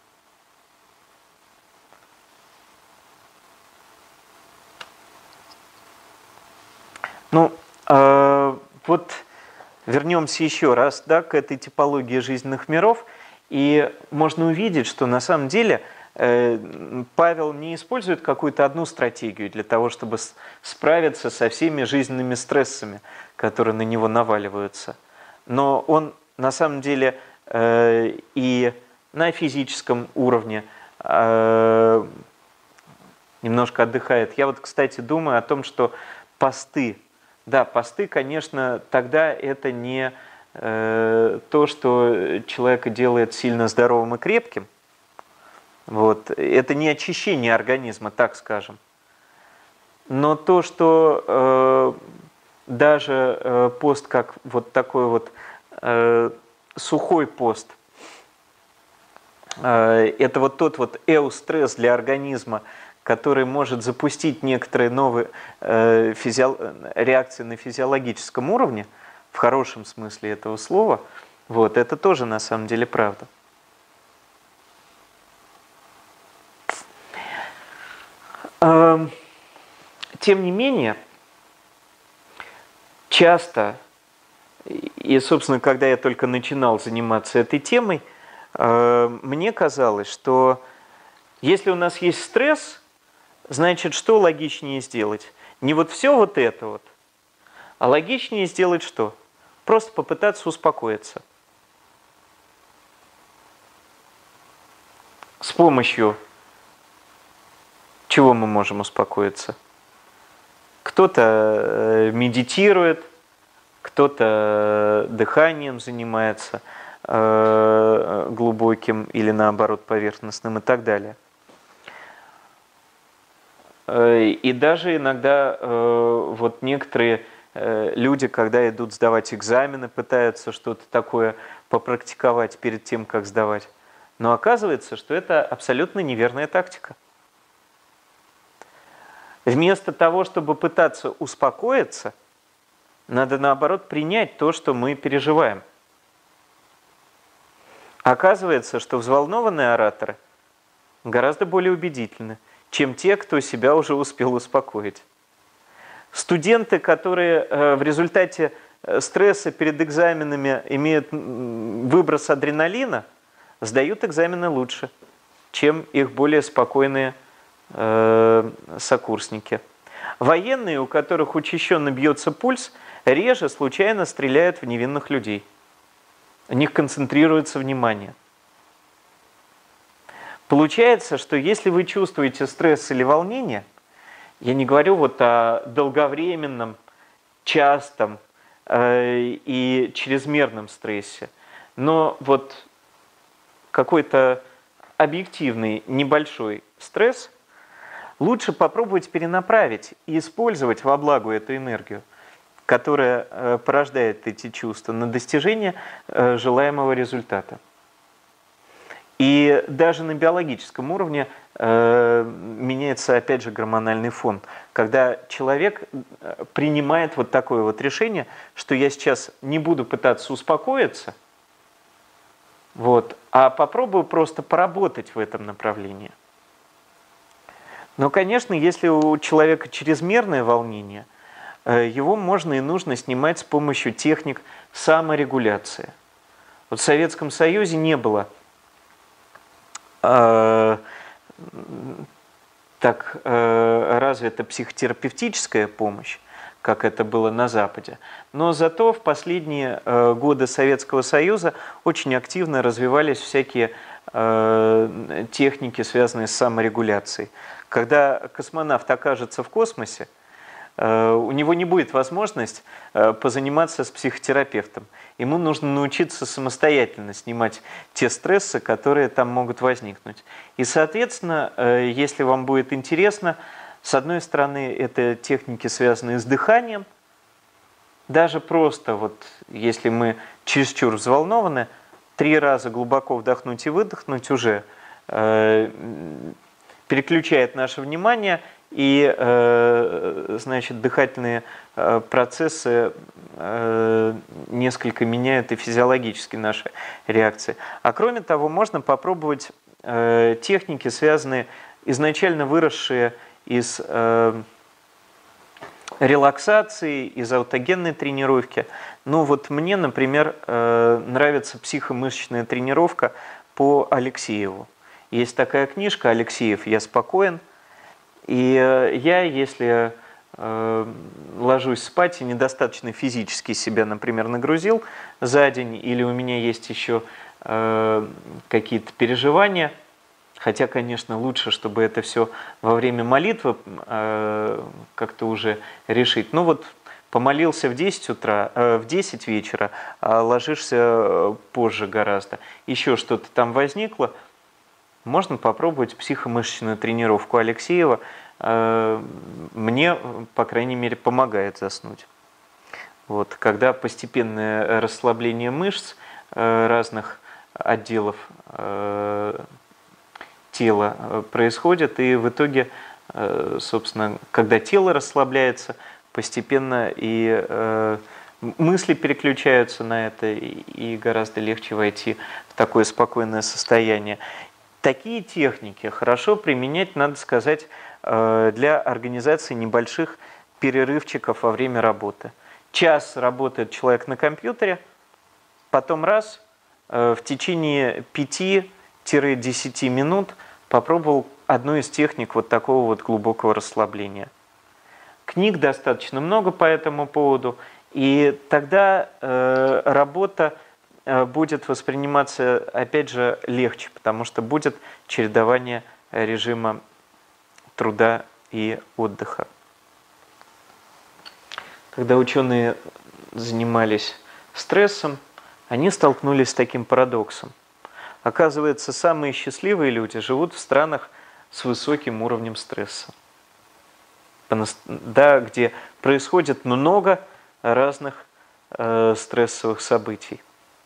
Ну, вот вернемся еще раз, да, к этой типологии жизненных миров, и можно увидеть, что на самом деле Павел не использует какую-то одну стратегию для того, чтобы справиться со всеми жизненными стрессами, которые на него наваливаются. Но он на самом деле и на физическом уровне немножко отдыхает. Я вот, кстати, думаю о том, что посты, да, посты, конечно, тогда это не то, что человека делает сильно здоровым и крепким. Вот. Это не очищение организма, так скажем. Но то, что даже пост, как вот такой вот сухой пост, это вот тот вот эустресс для организма, который может запустить некоторые новые реакции на физиологическом уровне, в хорошем смысле этого слова, вот, это тоже на самом деле правда. Тем не менее, часто, и, собственно, когда я только начинал заниматься этой темой, мне казалось, что если у нас есть стресс, значит, что логичнее сделать? Не вот все вот это вот, а логичнее сделать что? Просто попытаться успокоиться. С помощью чего мы можем успокоиться? Кто-то медитирует, кто-то дыханием занимается, глубоким или наоборот поверхностным и так далее. И даже иногда вот некоторые люди, когда идут сдавать экзамены, пытаются что-то такое попрактиковать перед тем, как сдавать. Но оказывается, что это абсолютно неверная тактика. Вместо того, чтобы пытаться успокоиться, надо наоборот принять то, что мы переживаем. Оказывается, что взволнованные ораторы гораздо более убедительны, чем те, кто себя уже успел успокоить. Студенты, которые в результате стресса перед экзаменами имеют выброс адреналина, сдают экзамены лучше, чем их более спокойные сокурсники. Военные, у которых учащенно бьется пульс, реже случайно стреляют в невинных людей. У них концентрируется внимание. Получается, что если вы чувствуете стресс или волнение, я не говорю вот о долговременном, частом и чрезмерном стрессе, но вот какой-то объективный небольшой стресс, лучше попробовать перенаправить и использовать во благо эту энергию, которая порождает эти чувства, на достижение желаемого результата. И даже на биологическом уровне меняется, опять же, гормональный фон. Когда человек принимает вот такое вот решение, что я сейчас не буду пытаться успокоиться, вот, а попробую просто поработать в этом направлении. Но, конечно, если у человека чрезмерное волнение, его можно и нужно снимать с помощью техник саморегуляции. Вот в Советском Союзе не было так развита психотерапевтическая помощь, как это было на Западе. Но зато в последние годы Советского Союза очень активно развивались всякие техники, связанные с саморегуляцией. Когда космонавт окажется в космосе, у него не будет возможности позаниматься с психотерапевтом. Ему нужно научиться самостоятельно снимать те стрессы, которые там могут возникнуть. И, соответственно, если вам будет интересно, с одной стороны, это техники, связанные с дыханием. Даже просто, вот, если мы чересчур взволнованы, 3 раза глубоко вдохнуть и выдохнуть уже переключает наше внимание, и, значит, дыхательные процессы несколько меняют и физиологически наши реакции. А кроме того, можно попробовать техники, связанные, изначально выросшие из релаксации, из аутогенной тренировки. Ну вот мне, например, нравится психомышечная тренировка по Алексееву. Есть такая книжка Алексеев «Я спокоен». И я, если ложусь спать и недостаточно физически себя, например, нагрузил за день, или у меня есть еще какие-то переживания, хотя, конечно, лучше, чтобы это все во время молитвы как-то уже решить. Ну вот помолился в 10 утра, в 10 вечера, а ложишься позже гораздо. Еще что-то там возникло, можно попробовать психомышечную тренировку Алексеева. Мне, по крайней мере, помогает заснуть. Вот, когда постепенное расслабление мышц разных отделов тела происходит, и в итоге, собственно, когда тело расслабляется, постепенно и мысли переключаются на это, и гораздо легче войти в такое спокойное состояние. Такие техники хорошо применять, надо сказать, для организации небольших перерывчиков во время работы. Час работает человек на компьютере, потом раз, в течение 5-10 минут попробовал одну из техник вот такого вот глубокого расслабления. Книг достаточно много по этому поводу, и тогда работа будет восприниматься, опять же, легче, потому что будет чередование режима труда и отдыха. Когда ученые занимались стрессом, они столкнулись с таким парадоксом. Оказывается, самые счастливые люди живут в странах с высоким уровнем стресса, да, где происходит много разных стрессовых событий.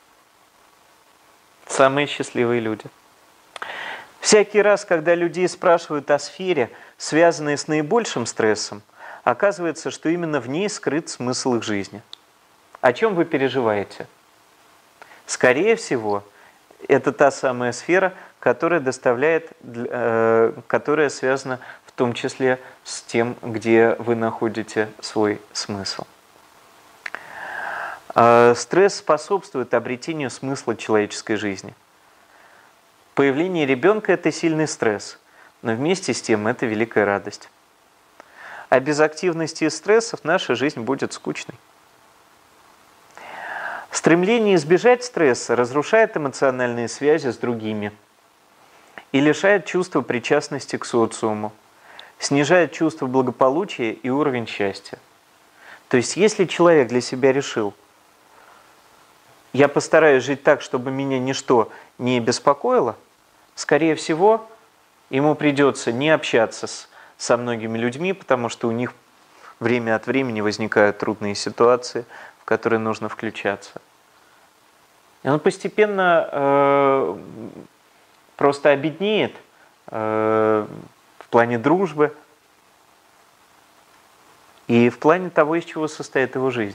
Самые счастливые люди. Всякий раз, когда людей спрашивают о сфере, связанной с наибольшим стрессом, оказывается, что именно в ней скрыт смысл их жизни. О чем вы переживаете? Скорее всего, это та самая сфера, которая которая связана в том числе с тем, где вы находите свой смысл. Стресс способствует обретению смысла человеческой жизни. Появление ребенка – это сильный стресс, но вместе с тем это великая радость. А без активности и стрессов наша жизнь будет скучной. Стремление избежать стресса разрушает эмоциональные связи с другими и лишает чувства причастности к социуму, снижает чувство благополучия и уровень счастья. То есть, если человек для себя решил: я постараюсь жить так, чтобы меня ничто не беспокоило, скорее всего, ему придется не общаться со многими людьми, потому что у них время от времени возникают трудные ситуации, в которые нужно включаться. И он постепенно просто обеднеет в плане дружбы и в плане того, из чего состоит его жизнь.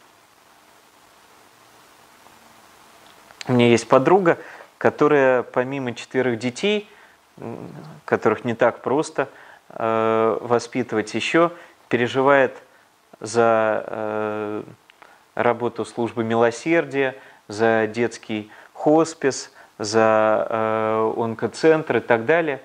У меня есть подруга, которая помимо 4 детей, которых не так просто воспитывать, еще переживает за работу службы милосердия, за детский хоспис, за онкоцентр и так далее.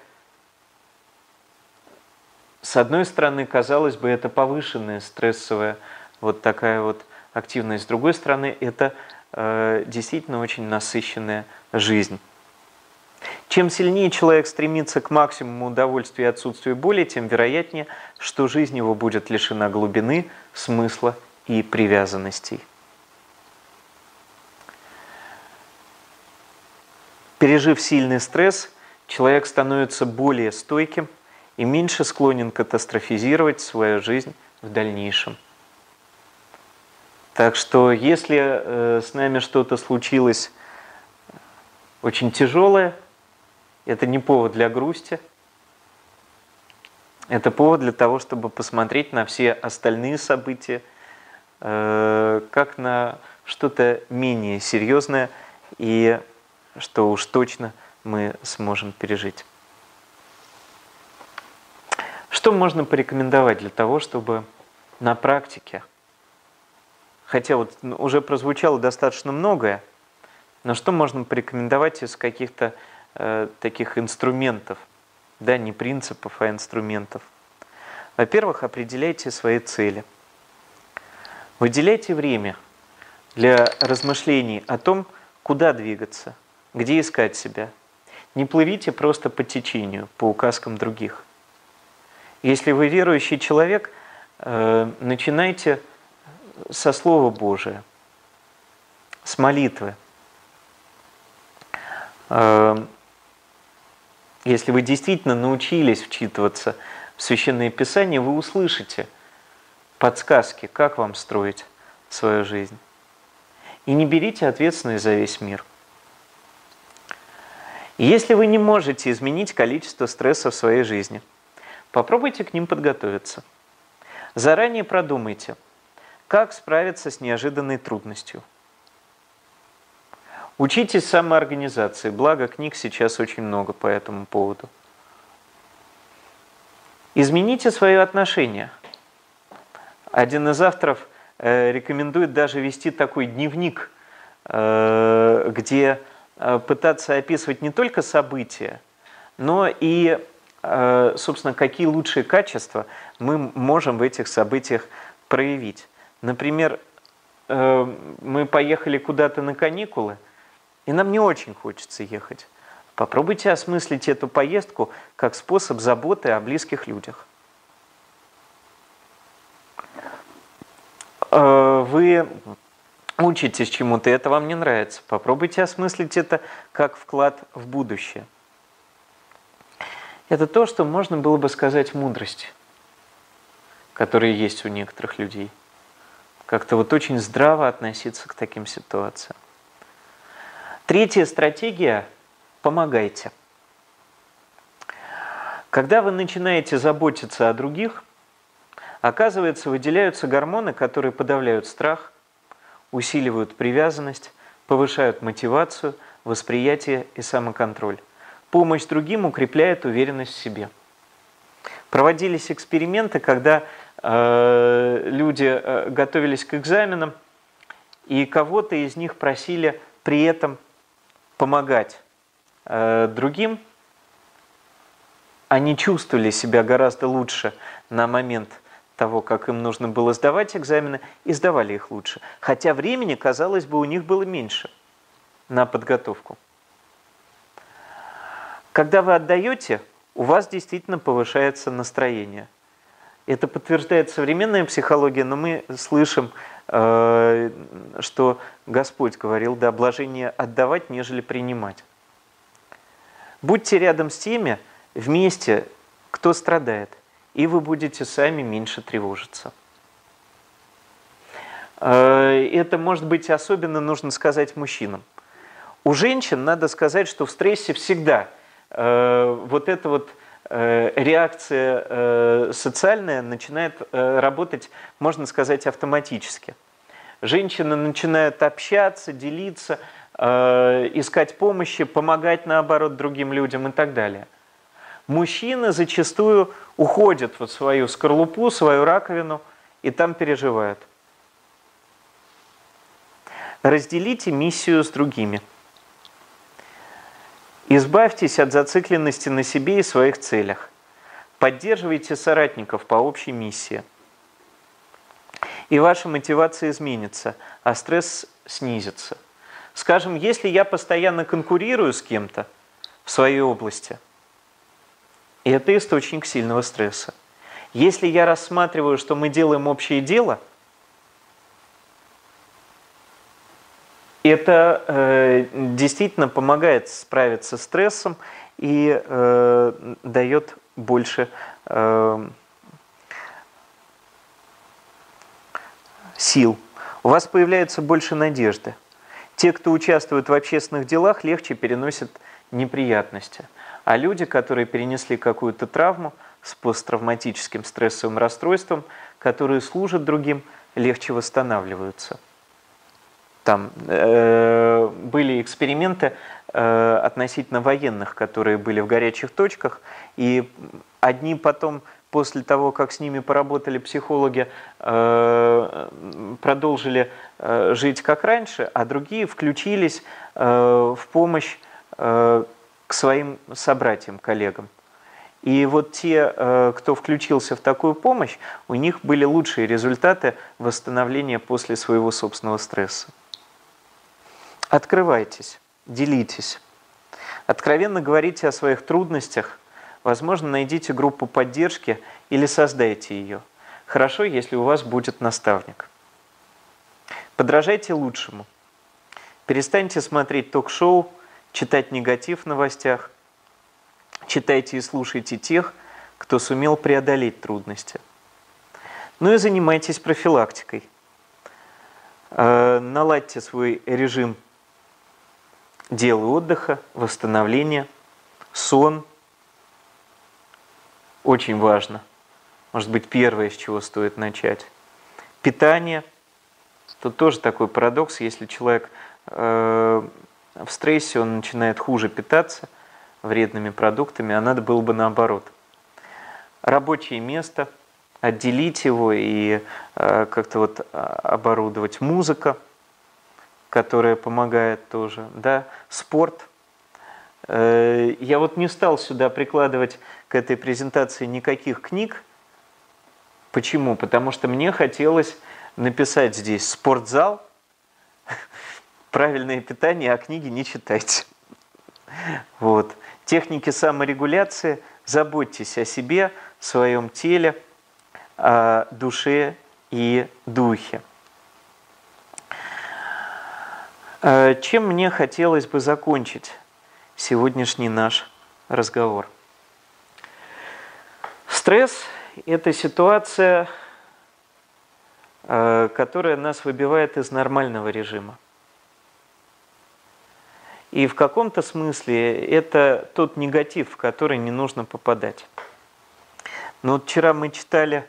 С одной стороны, казалось бы, это повышенная стрессовая вот такая вот активность. С другой стороны, это действительно очень насыщенная жизнь. Чем сильнее человек стремится к максимуму удовольствия и отсутствию боли, тем вероятнее, что жизнь его будет лишена глубины, смысла и привязанностей. Пережив сильный стресс, человек становится более стойким и меньше склонен катастрофизировать свою жизнь в дальнейшем. Так что, если с нами что-то случилось очень тяжелое, это не повод для грусти, это повод для того, чтобы посмотреть на все остальные события как на что-то менее серьезное и что уж точно мы сможем пережить. Что можно порекомендовать для того, чтобы на практике, хотя вот уже прозвучало достаточно многое, но что можно порекомендовать из каких-то таких инструментов, да, не принципов, а инструментов. Во-первых, определяйте свои цели. Выделяйте время для размышлений о том, куда двигаться, где искать себя. Не плывите просто по течению, по указкам других. Если вы верующий человек, начинайте со Слова Божия, с молитвы. Если вы действительно научились вчитываться в Священное Писание, вы услышите подсказки, как вам строить свою жизнь. И не берите ответственность за весь мир. Если вы не можете изменить количество стресса в своей жизни, попробуйте к ним подготовиться. Заранее продумайте, как справиться с неожиданной трудностью. Учитесь самоорганизации, благо книг сейчас очень много по этому поводу. Измените свое отношение. Один из авторов рекомендует даже вести такой дневник, где пытаться описывать не только события, но и, собственно, какие лучшие качества мы можем в этих событиях проявить. Например, мы поехали куда-то на каникулы, и нам не очень хочется ехать. Попробуйте осмыслить эту поездку как способ заботы о близких людях. Вы учитесь чему-то, и это вам не нравится. Попробуйте осмыслить это как вклад в будущее. Это то, что можно было бы сказать мудрость, которая есть у некоторых людей. Как-то вот очень здраво относиться к таким ситуациям. Третья стратегия – помогайте. Когда вы начинаете заботиться о других, оказывается, выделяются гормоны, которые подавляют страх, усиливают привязанность, повышают мотивацию, восприятие и самоконтроль. Помощь другим укрепляет уверенность в себе. Проводились эксперименты, когда люди готовились к экзаменам, и кого-то из них просили при этом помогать другим. Они чувствовали себя гораздо лучше на момент того, как им нужно было сдавать экзамены, и сдавали их лучше. Хотя времени, казалось бы, у них было меньше на подготовку. Когда вы отдаете, у вас действительно повышается настроение. Это подтверждает современная психология, но мы слышим, что Господь говорил, да, блажение отдавать, нежели принимать. Будьте рядом с теми, вместе, кто страдает, и вы будете сами меньше тревожиться. Это, может быть, особенно нужно сказать мужчинам. У женщин надо сказать, что в стрессе всегда вот эта вот реакция социальная начинает работать, можно сказать, автоматически. Женщины начинают общаться, делиться, искать помощи, помогать, наоборот, другим людям и так далее. Мужчины зачастую уходят в свою скорлупу, свою раковину, и там переживают. Разделите миссию с другими. Избавьтесь от зацикленности на себе и своих целях. Поддерживайте соратников по общей миссии. И ваша мотивация изменится, а стресс снизится. Скажем, если я постоянно конкурирую с кем-то в своей области, это источник сильного стресса. Если я рассматриваю, что мы делаем общее дело, это действительно помогает справиться с стрессом и дает больше сил. У вас появляется больше надежды. Те, кто участвует в общественных делах, легче переносят неприятности. А люди, которые перенесли какую-то травму с посттравматическим стрессовым расстройством, которые служат другим, легче восстанавливаются. Там были эксперименты относительно военных, которые были в горячих точках, и одни потом, после того, как с ними поработали психологи, продолжили жить как раньше, а другие включились в помощь к своим собратьям, коллегам. И вот те, кто включился в такую помощь, у них были лучшие результаты восстановления после своего собственного стресса. Открывайтесь, делитесь. Откровенно говорите о своих трудностях. Возможно, найдите группу поддержки или создайте ее. Хорошо, если у вас будет наставник. Подражайте лучшему. Перестаньте смотреть ток-шоу, читать негатив в новостях. Читайте и слушайте тех, кто сумел преодолеть трудности. Ну и занимайтесь профилактикой. Наладьте свой режим дел и отдыха, восстановления, сон. Очень важно. Может быть, первое, с чего стоит начать. Питание. Тут тоже такой парадокс. Если человек в стрессе, он начинает хуже питаться вредными продуктами, а надо было бы наоборот. Рабочее место, отделить его и как-то вот оборудовать. Музыка, которая помогает тоже. Да? Спорт. Я вот не стал сюда прикладывать к этой презентации никаких книг. Почему? Потому что мне хотелось написать здесь спортзал, правильное питание, а книги не читайте. Вот. Техники саморегуляции. Заботьтесь о себе, своем теле, о душе и духе. Чем мне хотелось бы закончить сегодняшний наш разговор? Стресс – это ситуация, которая нас выбивает из нормального режима. И в каком-то смысле это тот негатив, в который не нужно попадать. Но вот вчера мы читали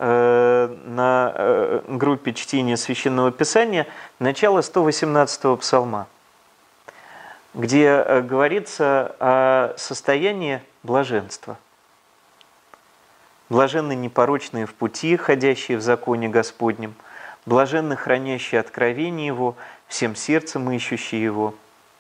на группе чтения Священного Писания начало 118-го псалма, где говорится о состоянии блаженства. Блаженны непорочные в пути, ходящие в законе Господнем, блаженны хранящие откровение Его, всем сердцем ищущие Его.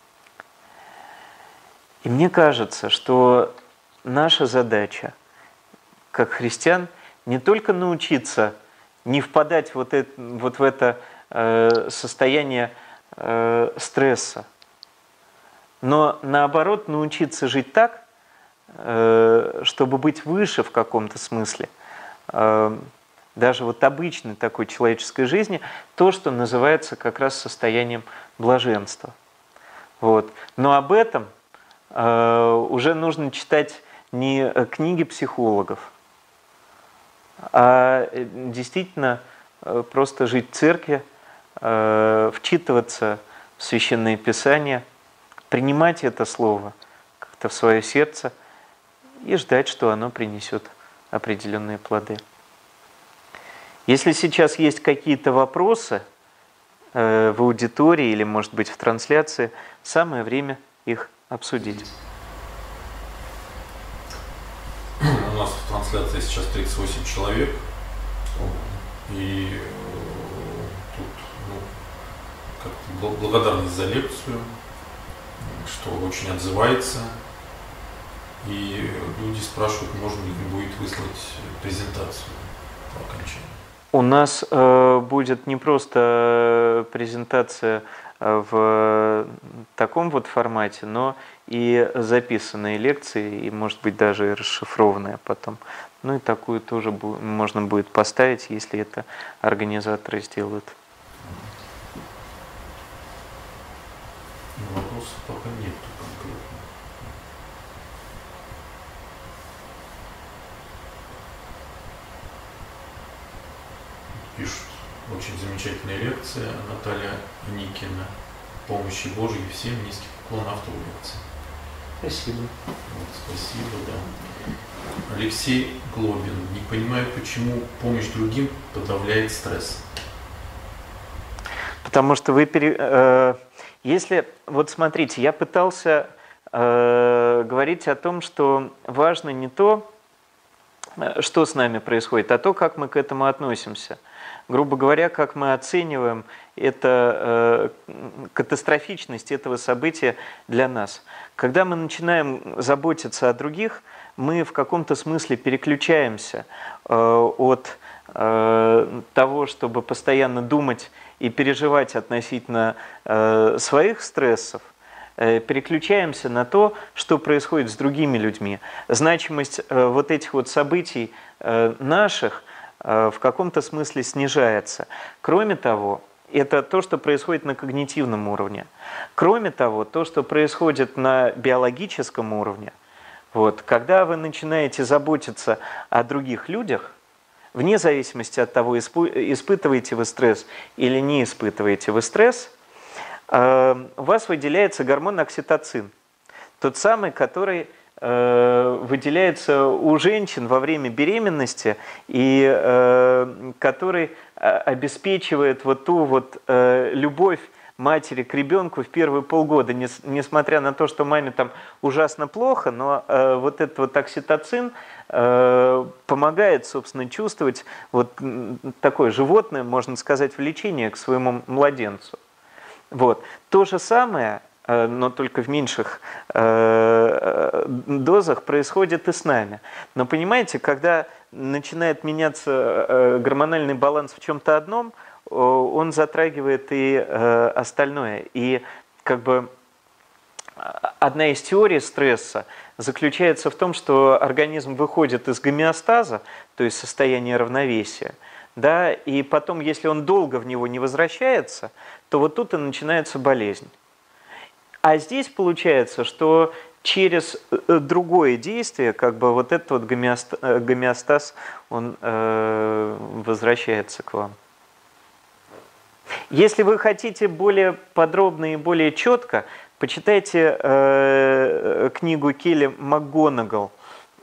И мне кажется, что наша задача, как христиан, не только научиться не впадать вот в это состояние стресса, но наоборот научиться жить так, чтобы быть выше в каком-то смысле, даже вот обычной такой человеческой жизни, то, что называется как раз состоянием блаженства. Вот. Но об этом уже нужно читать не книги психологов, а действительно просто жить в церкви, вчитываться в Священное Писание, принимать это слово как-то в свое сердце и ждать, что оно принесет определенные плоды. Если сейчас есть какие-то вопросы в аудитории или, может быть, в трансляции, самое время их обсудить. У нас в трансляции сейчас 38 человек, и тут как-то благодарность за лекцию, что очень отзывается, и люди спрашивают, можно ли будет выслать презентацию по окончании. У нас будет не просто презентация в таком вот формате, но и записанные лекции, и, может быть, даже и расшифрованные потом. Ну и такую тоже можно будет поставить, если это организаторы сделают. Вопросов пока нет конкретно. Пишут, очень замечательная лекция, Наталья Никина. Помощи Божьей всем, низкий поклон автору лекции. Спасибо. Вот, спасибо, да. Алексей Глобин. Не понимаю, почему помощь другим подавляет стресс. Потому что вы если, вот смотрите, я пытался говорить о том, что важно не то, что с нами происходит, а то, как мы к этому относимся. грубо говоря, как мы оцениваем это, катастрофичность этого события для нас. Когда мы начинаем заботиться о других, мы в каком-то смысле переключаемся от того, чтобы постоянно думать и переживать относительно своих стрессов, переключаемся на то, что происходит с другими людьми. Значимость вот этих вот событий наших в каком-то смысле снижается. Кроме того, это то, что происходит на когнитивном уровне. Кроме того, то, что происходит на биологическом уровне, вот, когда вы начинаете заботиться о других людях, вне зависимости от того, испытываете вы стресс или не испытываете вы стресс, у вас выделяется гормон окситоцин, тот самый, который выделяется у женщин во время беременности и который обеспечивает вот ту вот любовь матери к ребенку в первые полгода, несмотря на то, что маме там ужасно плохо, но вот этот вот окситоцин помогает, собственно, чувствовать вот такое животное, можно сказать, влечение к своему младенцу. Вот. То же самое, но только в меньших дозах, происходит и с нами. Но понимаете, когда начинает меняться гормональный баланс в чем-то одном, он затрагивает и остальное. И как бы одна из теорий стресса заключается в том, что организм выходит из гомеостаза, то есть состояния равновесия, да, и потом, если он долго в него не возвращается, то вот тут и начинается болезнь. А здесь получается, что через другое действие, как бы вот этот вот гомеостаз, он возвращается к вам. Если вы хотите более подробно и более четко, почитайте книгу Келли МакГонагал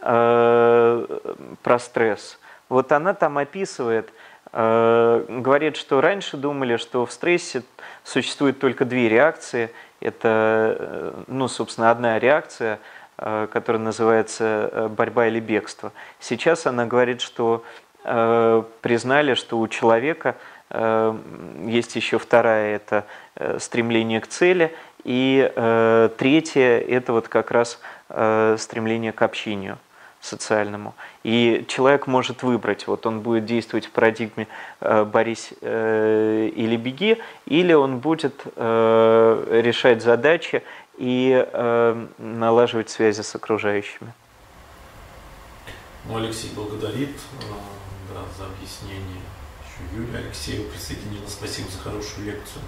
про стресс. Вот она там описывает, говорит, что раньше думали, что в стрессе существует только две реакции. Это, ну, собственно, одна реакция, которая называется борьба или бегство. Сейчас она говорит, что признали, что у человека есть еще вторая, это стремление к цели, и третья, это вот как раз стремление к общению социальному. И человек может выбрать, вот он будет действовать в парадигме «борись или беги», или он будет решать задачи и налаживать связи с окружающими. Ну, Алексей благодарит за объяснение. Еще Юлия Алексеева присоединилась. Спасибо за хорошую лекцию.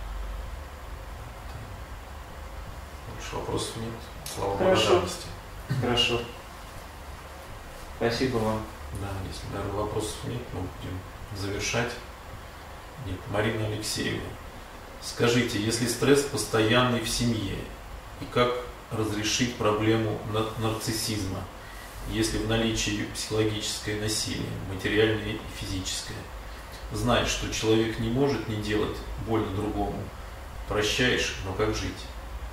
Больше вопросов нет. Слава благодарности. Хорошо. Спасибо вам. Да, если даже вопросов нет, мы будем завершать. Нет, Марина Алексеева. Скажите, если стресс постоянный в семье, и как разрешить проблему нарциссизма, если в наличии психологическое насилие, материальное и физическое? Знаешь, что человек не может не делать больно другому. Прощаешь, но как жить?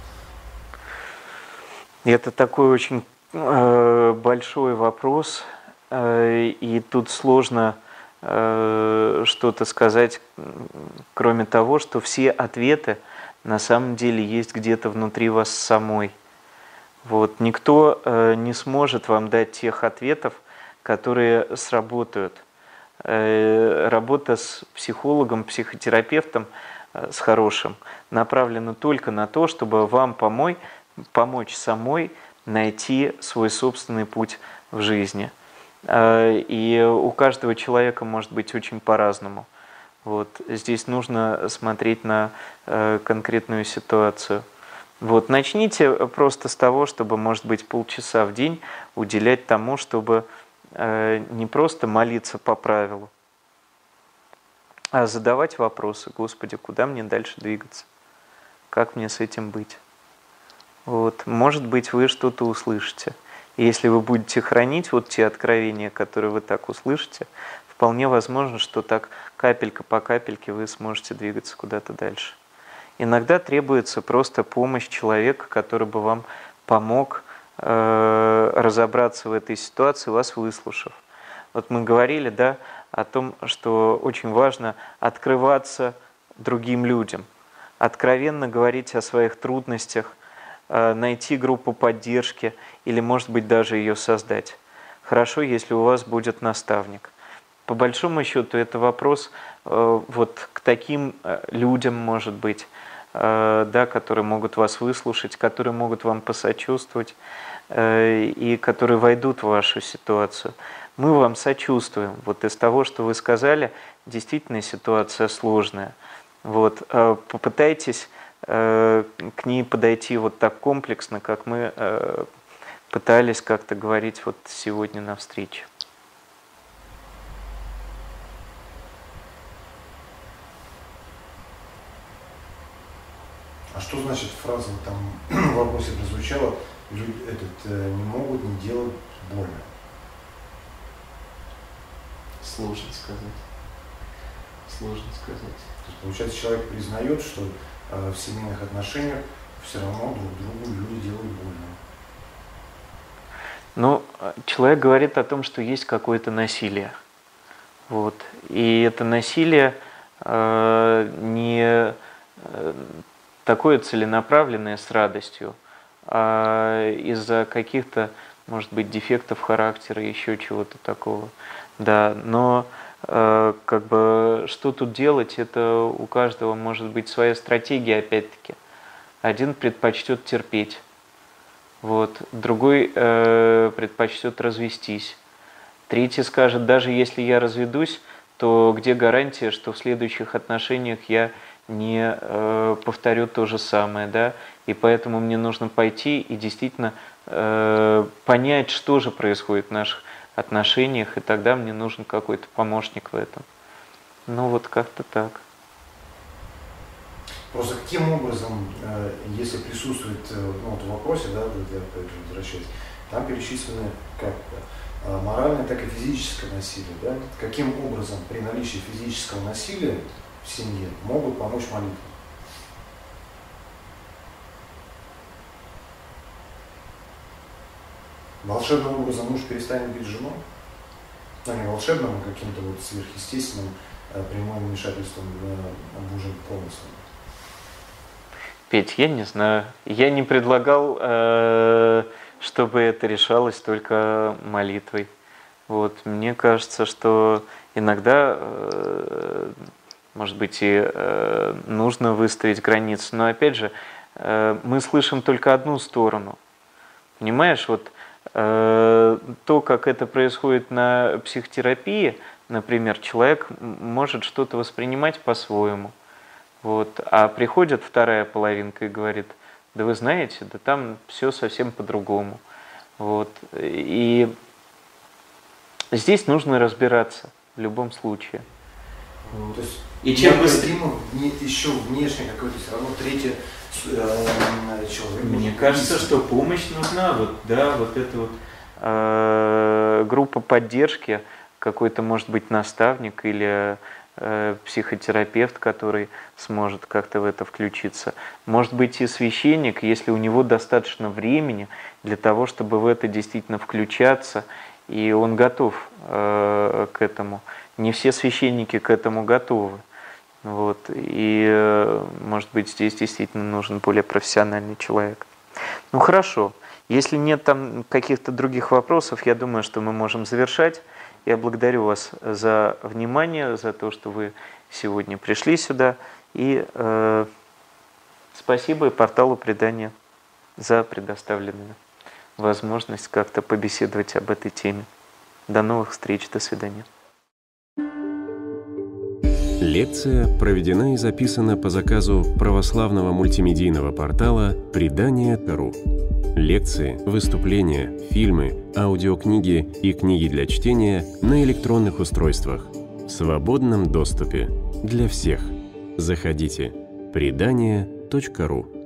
Это такой очень большой вопрос, и тут сложно что-то сказать, кроме того, что все ответы на самом деле есть где-то внутри вас самой. Вот. Никто не сможет вам дать тех ответов, которые сработают. Работа с психологом, психотерапевтом, с хорошим, направлена только на то, чтобы вам помочь самой найти свой собственный путь в жизни. И у каждого человека может быть очень по-разному. Вот. Здесь нужно смотреть на конкретную ситуацию. Вот. Начните просто с того, чтобы, может быть, полчаса в день уделять тому, чтобы не просто молиться по правилу, а задавать вопросы: Господи, куда мне дальше двигаться? Как мне с этим быть? Вот. Может быть, вы что-то услышите. И если вы будете хранить вот те откровения, которые вы так услышите, вполне возможно, что так капелька по капельке вы сможете двигаться куда-то дальше. Иногда требуется просто помощь человека, который бы вам помог разобраться в этой ситуации, вас выслушав. Вот мы говорили, да, о том, что очень важно открываться другим людям, откровенно говорить о своих трудностях, найти группу поддержки или, может быть, даже ее создать. Хорошо, если у вас будет наставник. По большому счету, это вопрос вот к таким людям, может быть, да, которые могут вас выслушать, которые могут вам посочувствовать и которые войдут в вашу ситуацию. Мы вам сочувствуем. Вот из того, что вы сказали, действительно ситуация сложная. Вот, попытайтесь к ней подойти вот так комплексно, как мы пытались как-то говорить вот сегодня на встрече. А что значит фраза там в вопросе прозвучала, люди не могут не делать больно? Сложно сказать. Сложно сказать. То есть, получается, человек признает, что в семейных отношениях все равно друг другу люди делают больно. Ну, человек говорит о том, что есть какое-то насилие. Вот. И это насилие не такое целенаправленное с радостью, а из-за каких-то, может быть, дефектов характера, еще чего-то такого. Да, но как бы что тут делать, это у каждого может быть своя стратегия, опять-таки. Один предпочтет терпеть, вот, другой предпочтет развестись, третий скажет, даже если я разведусь, то где гарантия, что в следующих отношениях я не повторю то же самое, да, и поэтому мне нужно пойти и действительно понять, что же происходит в наших отношениях, и тогда мне нужен какой-то помощник в этом. Ну вот как-то так. Просто каким образом, если присутствует, ну вот в вопросе, да, я возвращаюсь, там перечислены как моральное, так и физическое насилие, да? Каким образом при наличии физического насилия в семье могут помочь молитвы? Волшебным образом муж перестанет бить жену? Ну, не волшебным, а каким-то вот сверхъестественным прямым вмешательством Божьим помыслом. Петь, я не знаю. Я не предлагал, чтобы это решалось только молитвой. Вот. Мне кажется, что иногда, может быть, и нужно выставить границы. Но опять же, мы слышим только одну сторону. Понимаешь, вот то, как это происходит на психотерапии, например, человек может что-то воспринимать по-своему. Вот. А приходит вторая половинка и говорит, да вы знаете, да там все совсем по-другому. Вот. И здесь нужно разбираться в любом случае. Ну, то есть и чем необходимо еще внешне какой-то все равно третий человек. Мне кажется, что помощь нужна. Вот, да, вот эта вот группа поддержки, какой-то, может быть, наставник или психотерапевт, который сможет как-то в это включиться. Может быть, и священник, если у него достаточно времени для того, чтобы в это действительно включаться, и он готов к этому. Не все священники к этому готовы. Вот. И, может быть, здесь действительно нужен более профессиональный человек. Ну, хорошо. Если нет там каких-то других вопросов, я думаю, что мы можем завершать. Я благодарю вас за внимание, за то, что вы сегодня пришли сюда. И спасибо и порталу Предания за предоставленную возможность как-то побеседовать об этой теме. До новых встреч, до свидания. Лекция проведена и записана по заказу православного мультимедийного портала Предания.ру. Лекции, выступления, фильмы, аудиокниги и книги для чтения на электронных устройствах в свободном доступе для всех. Заходите. Предания.ру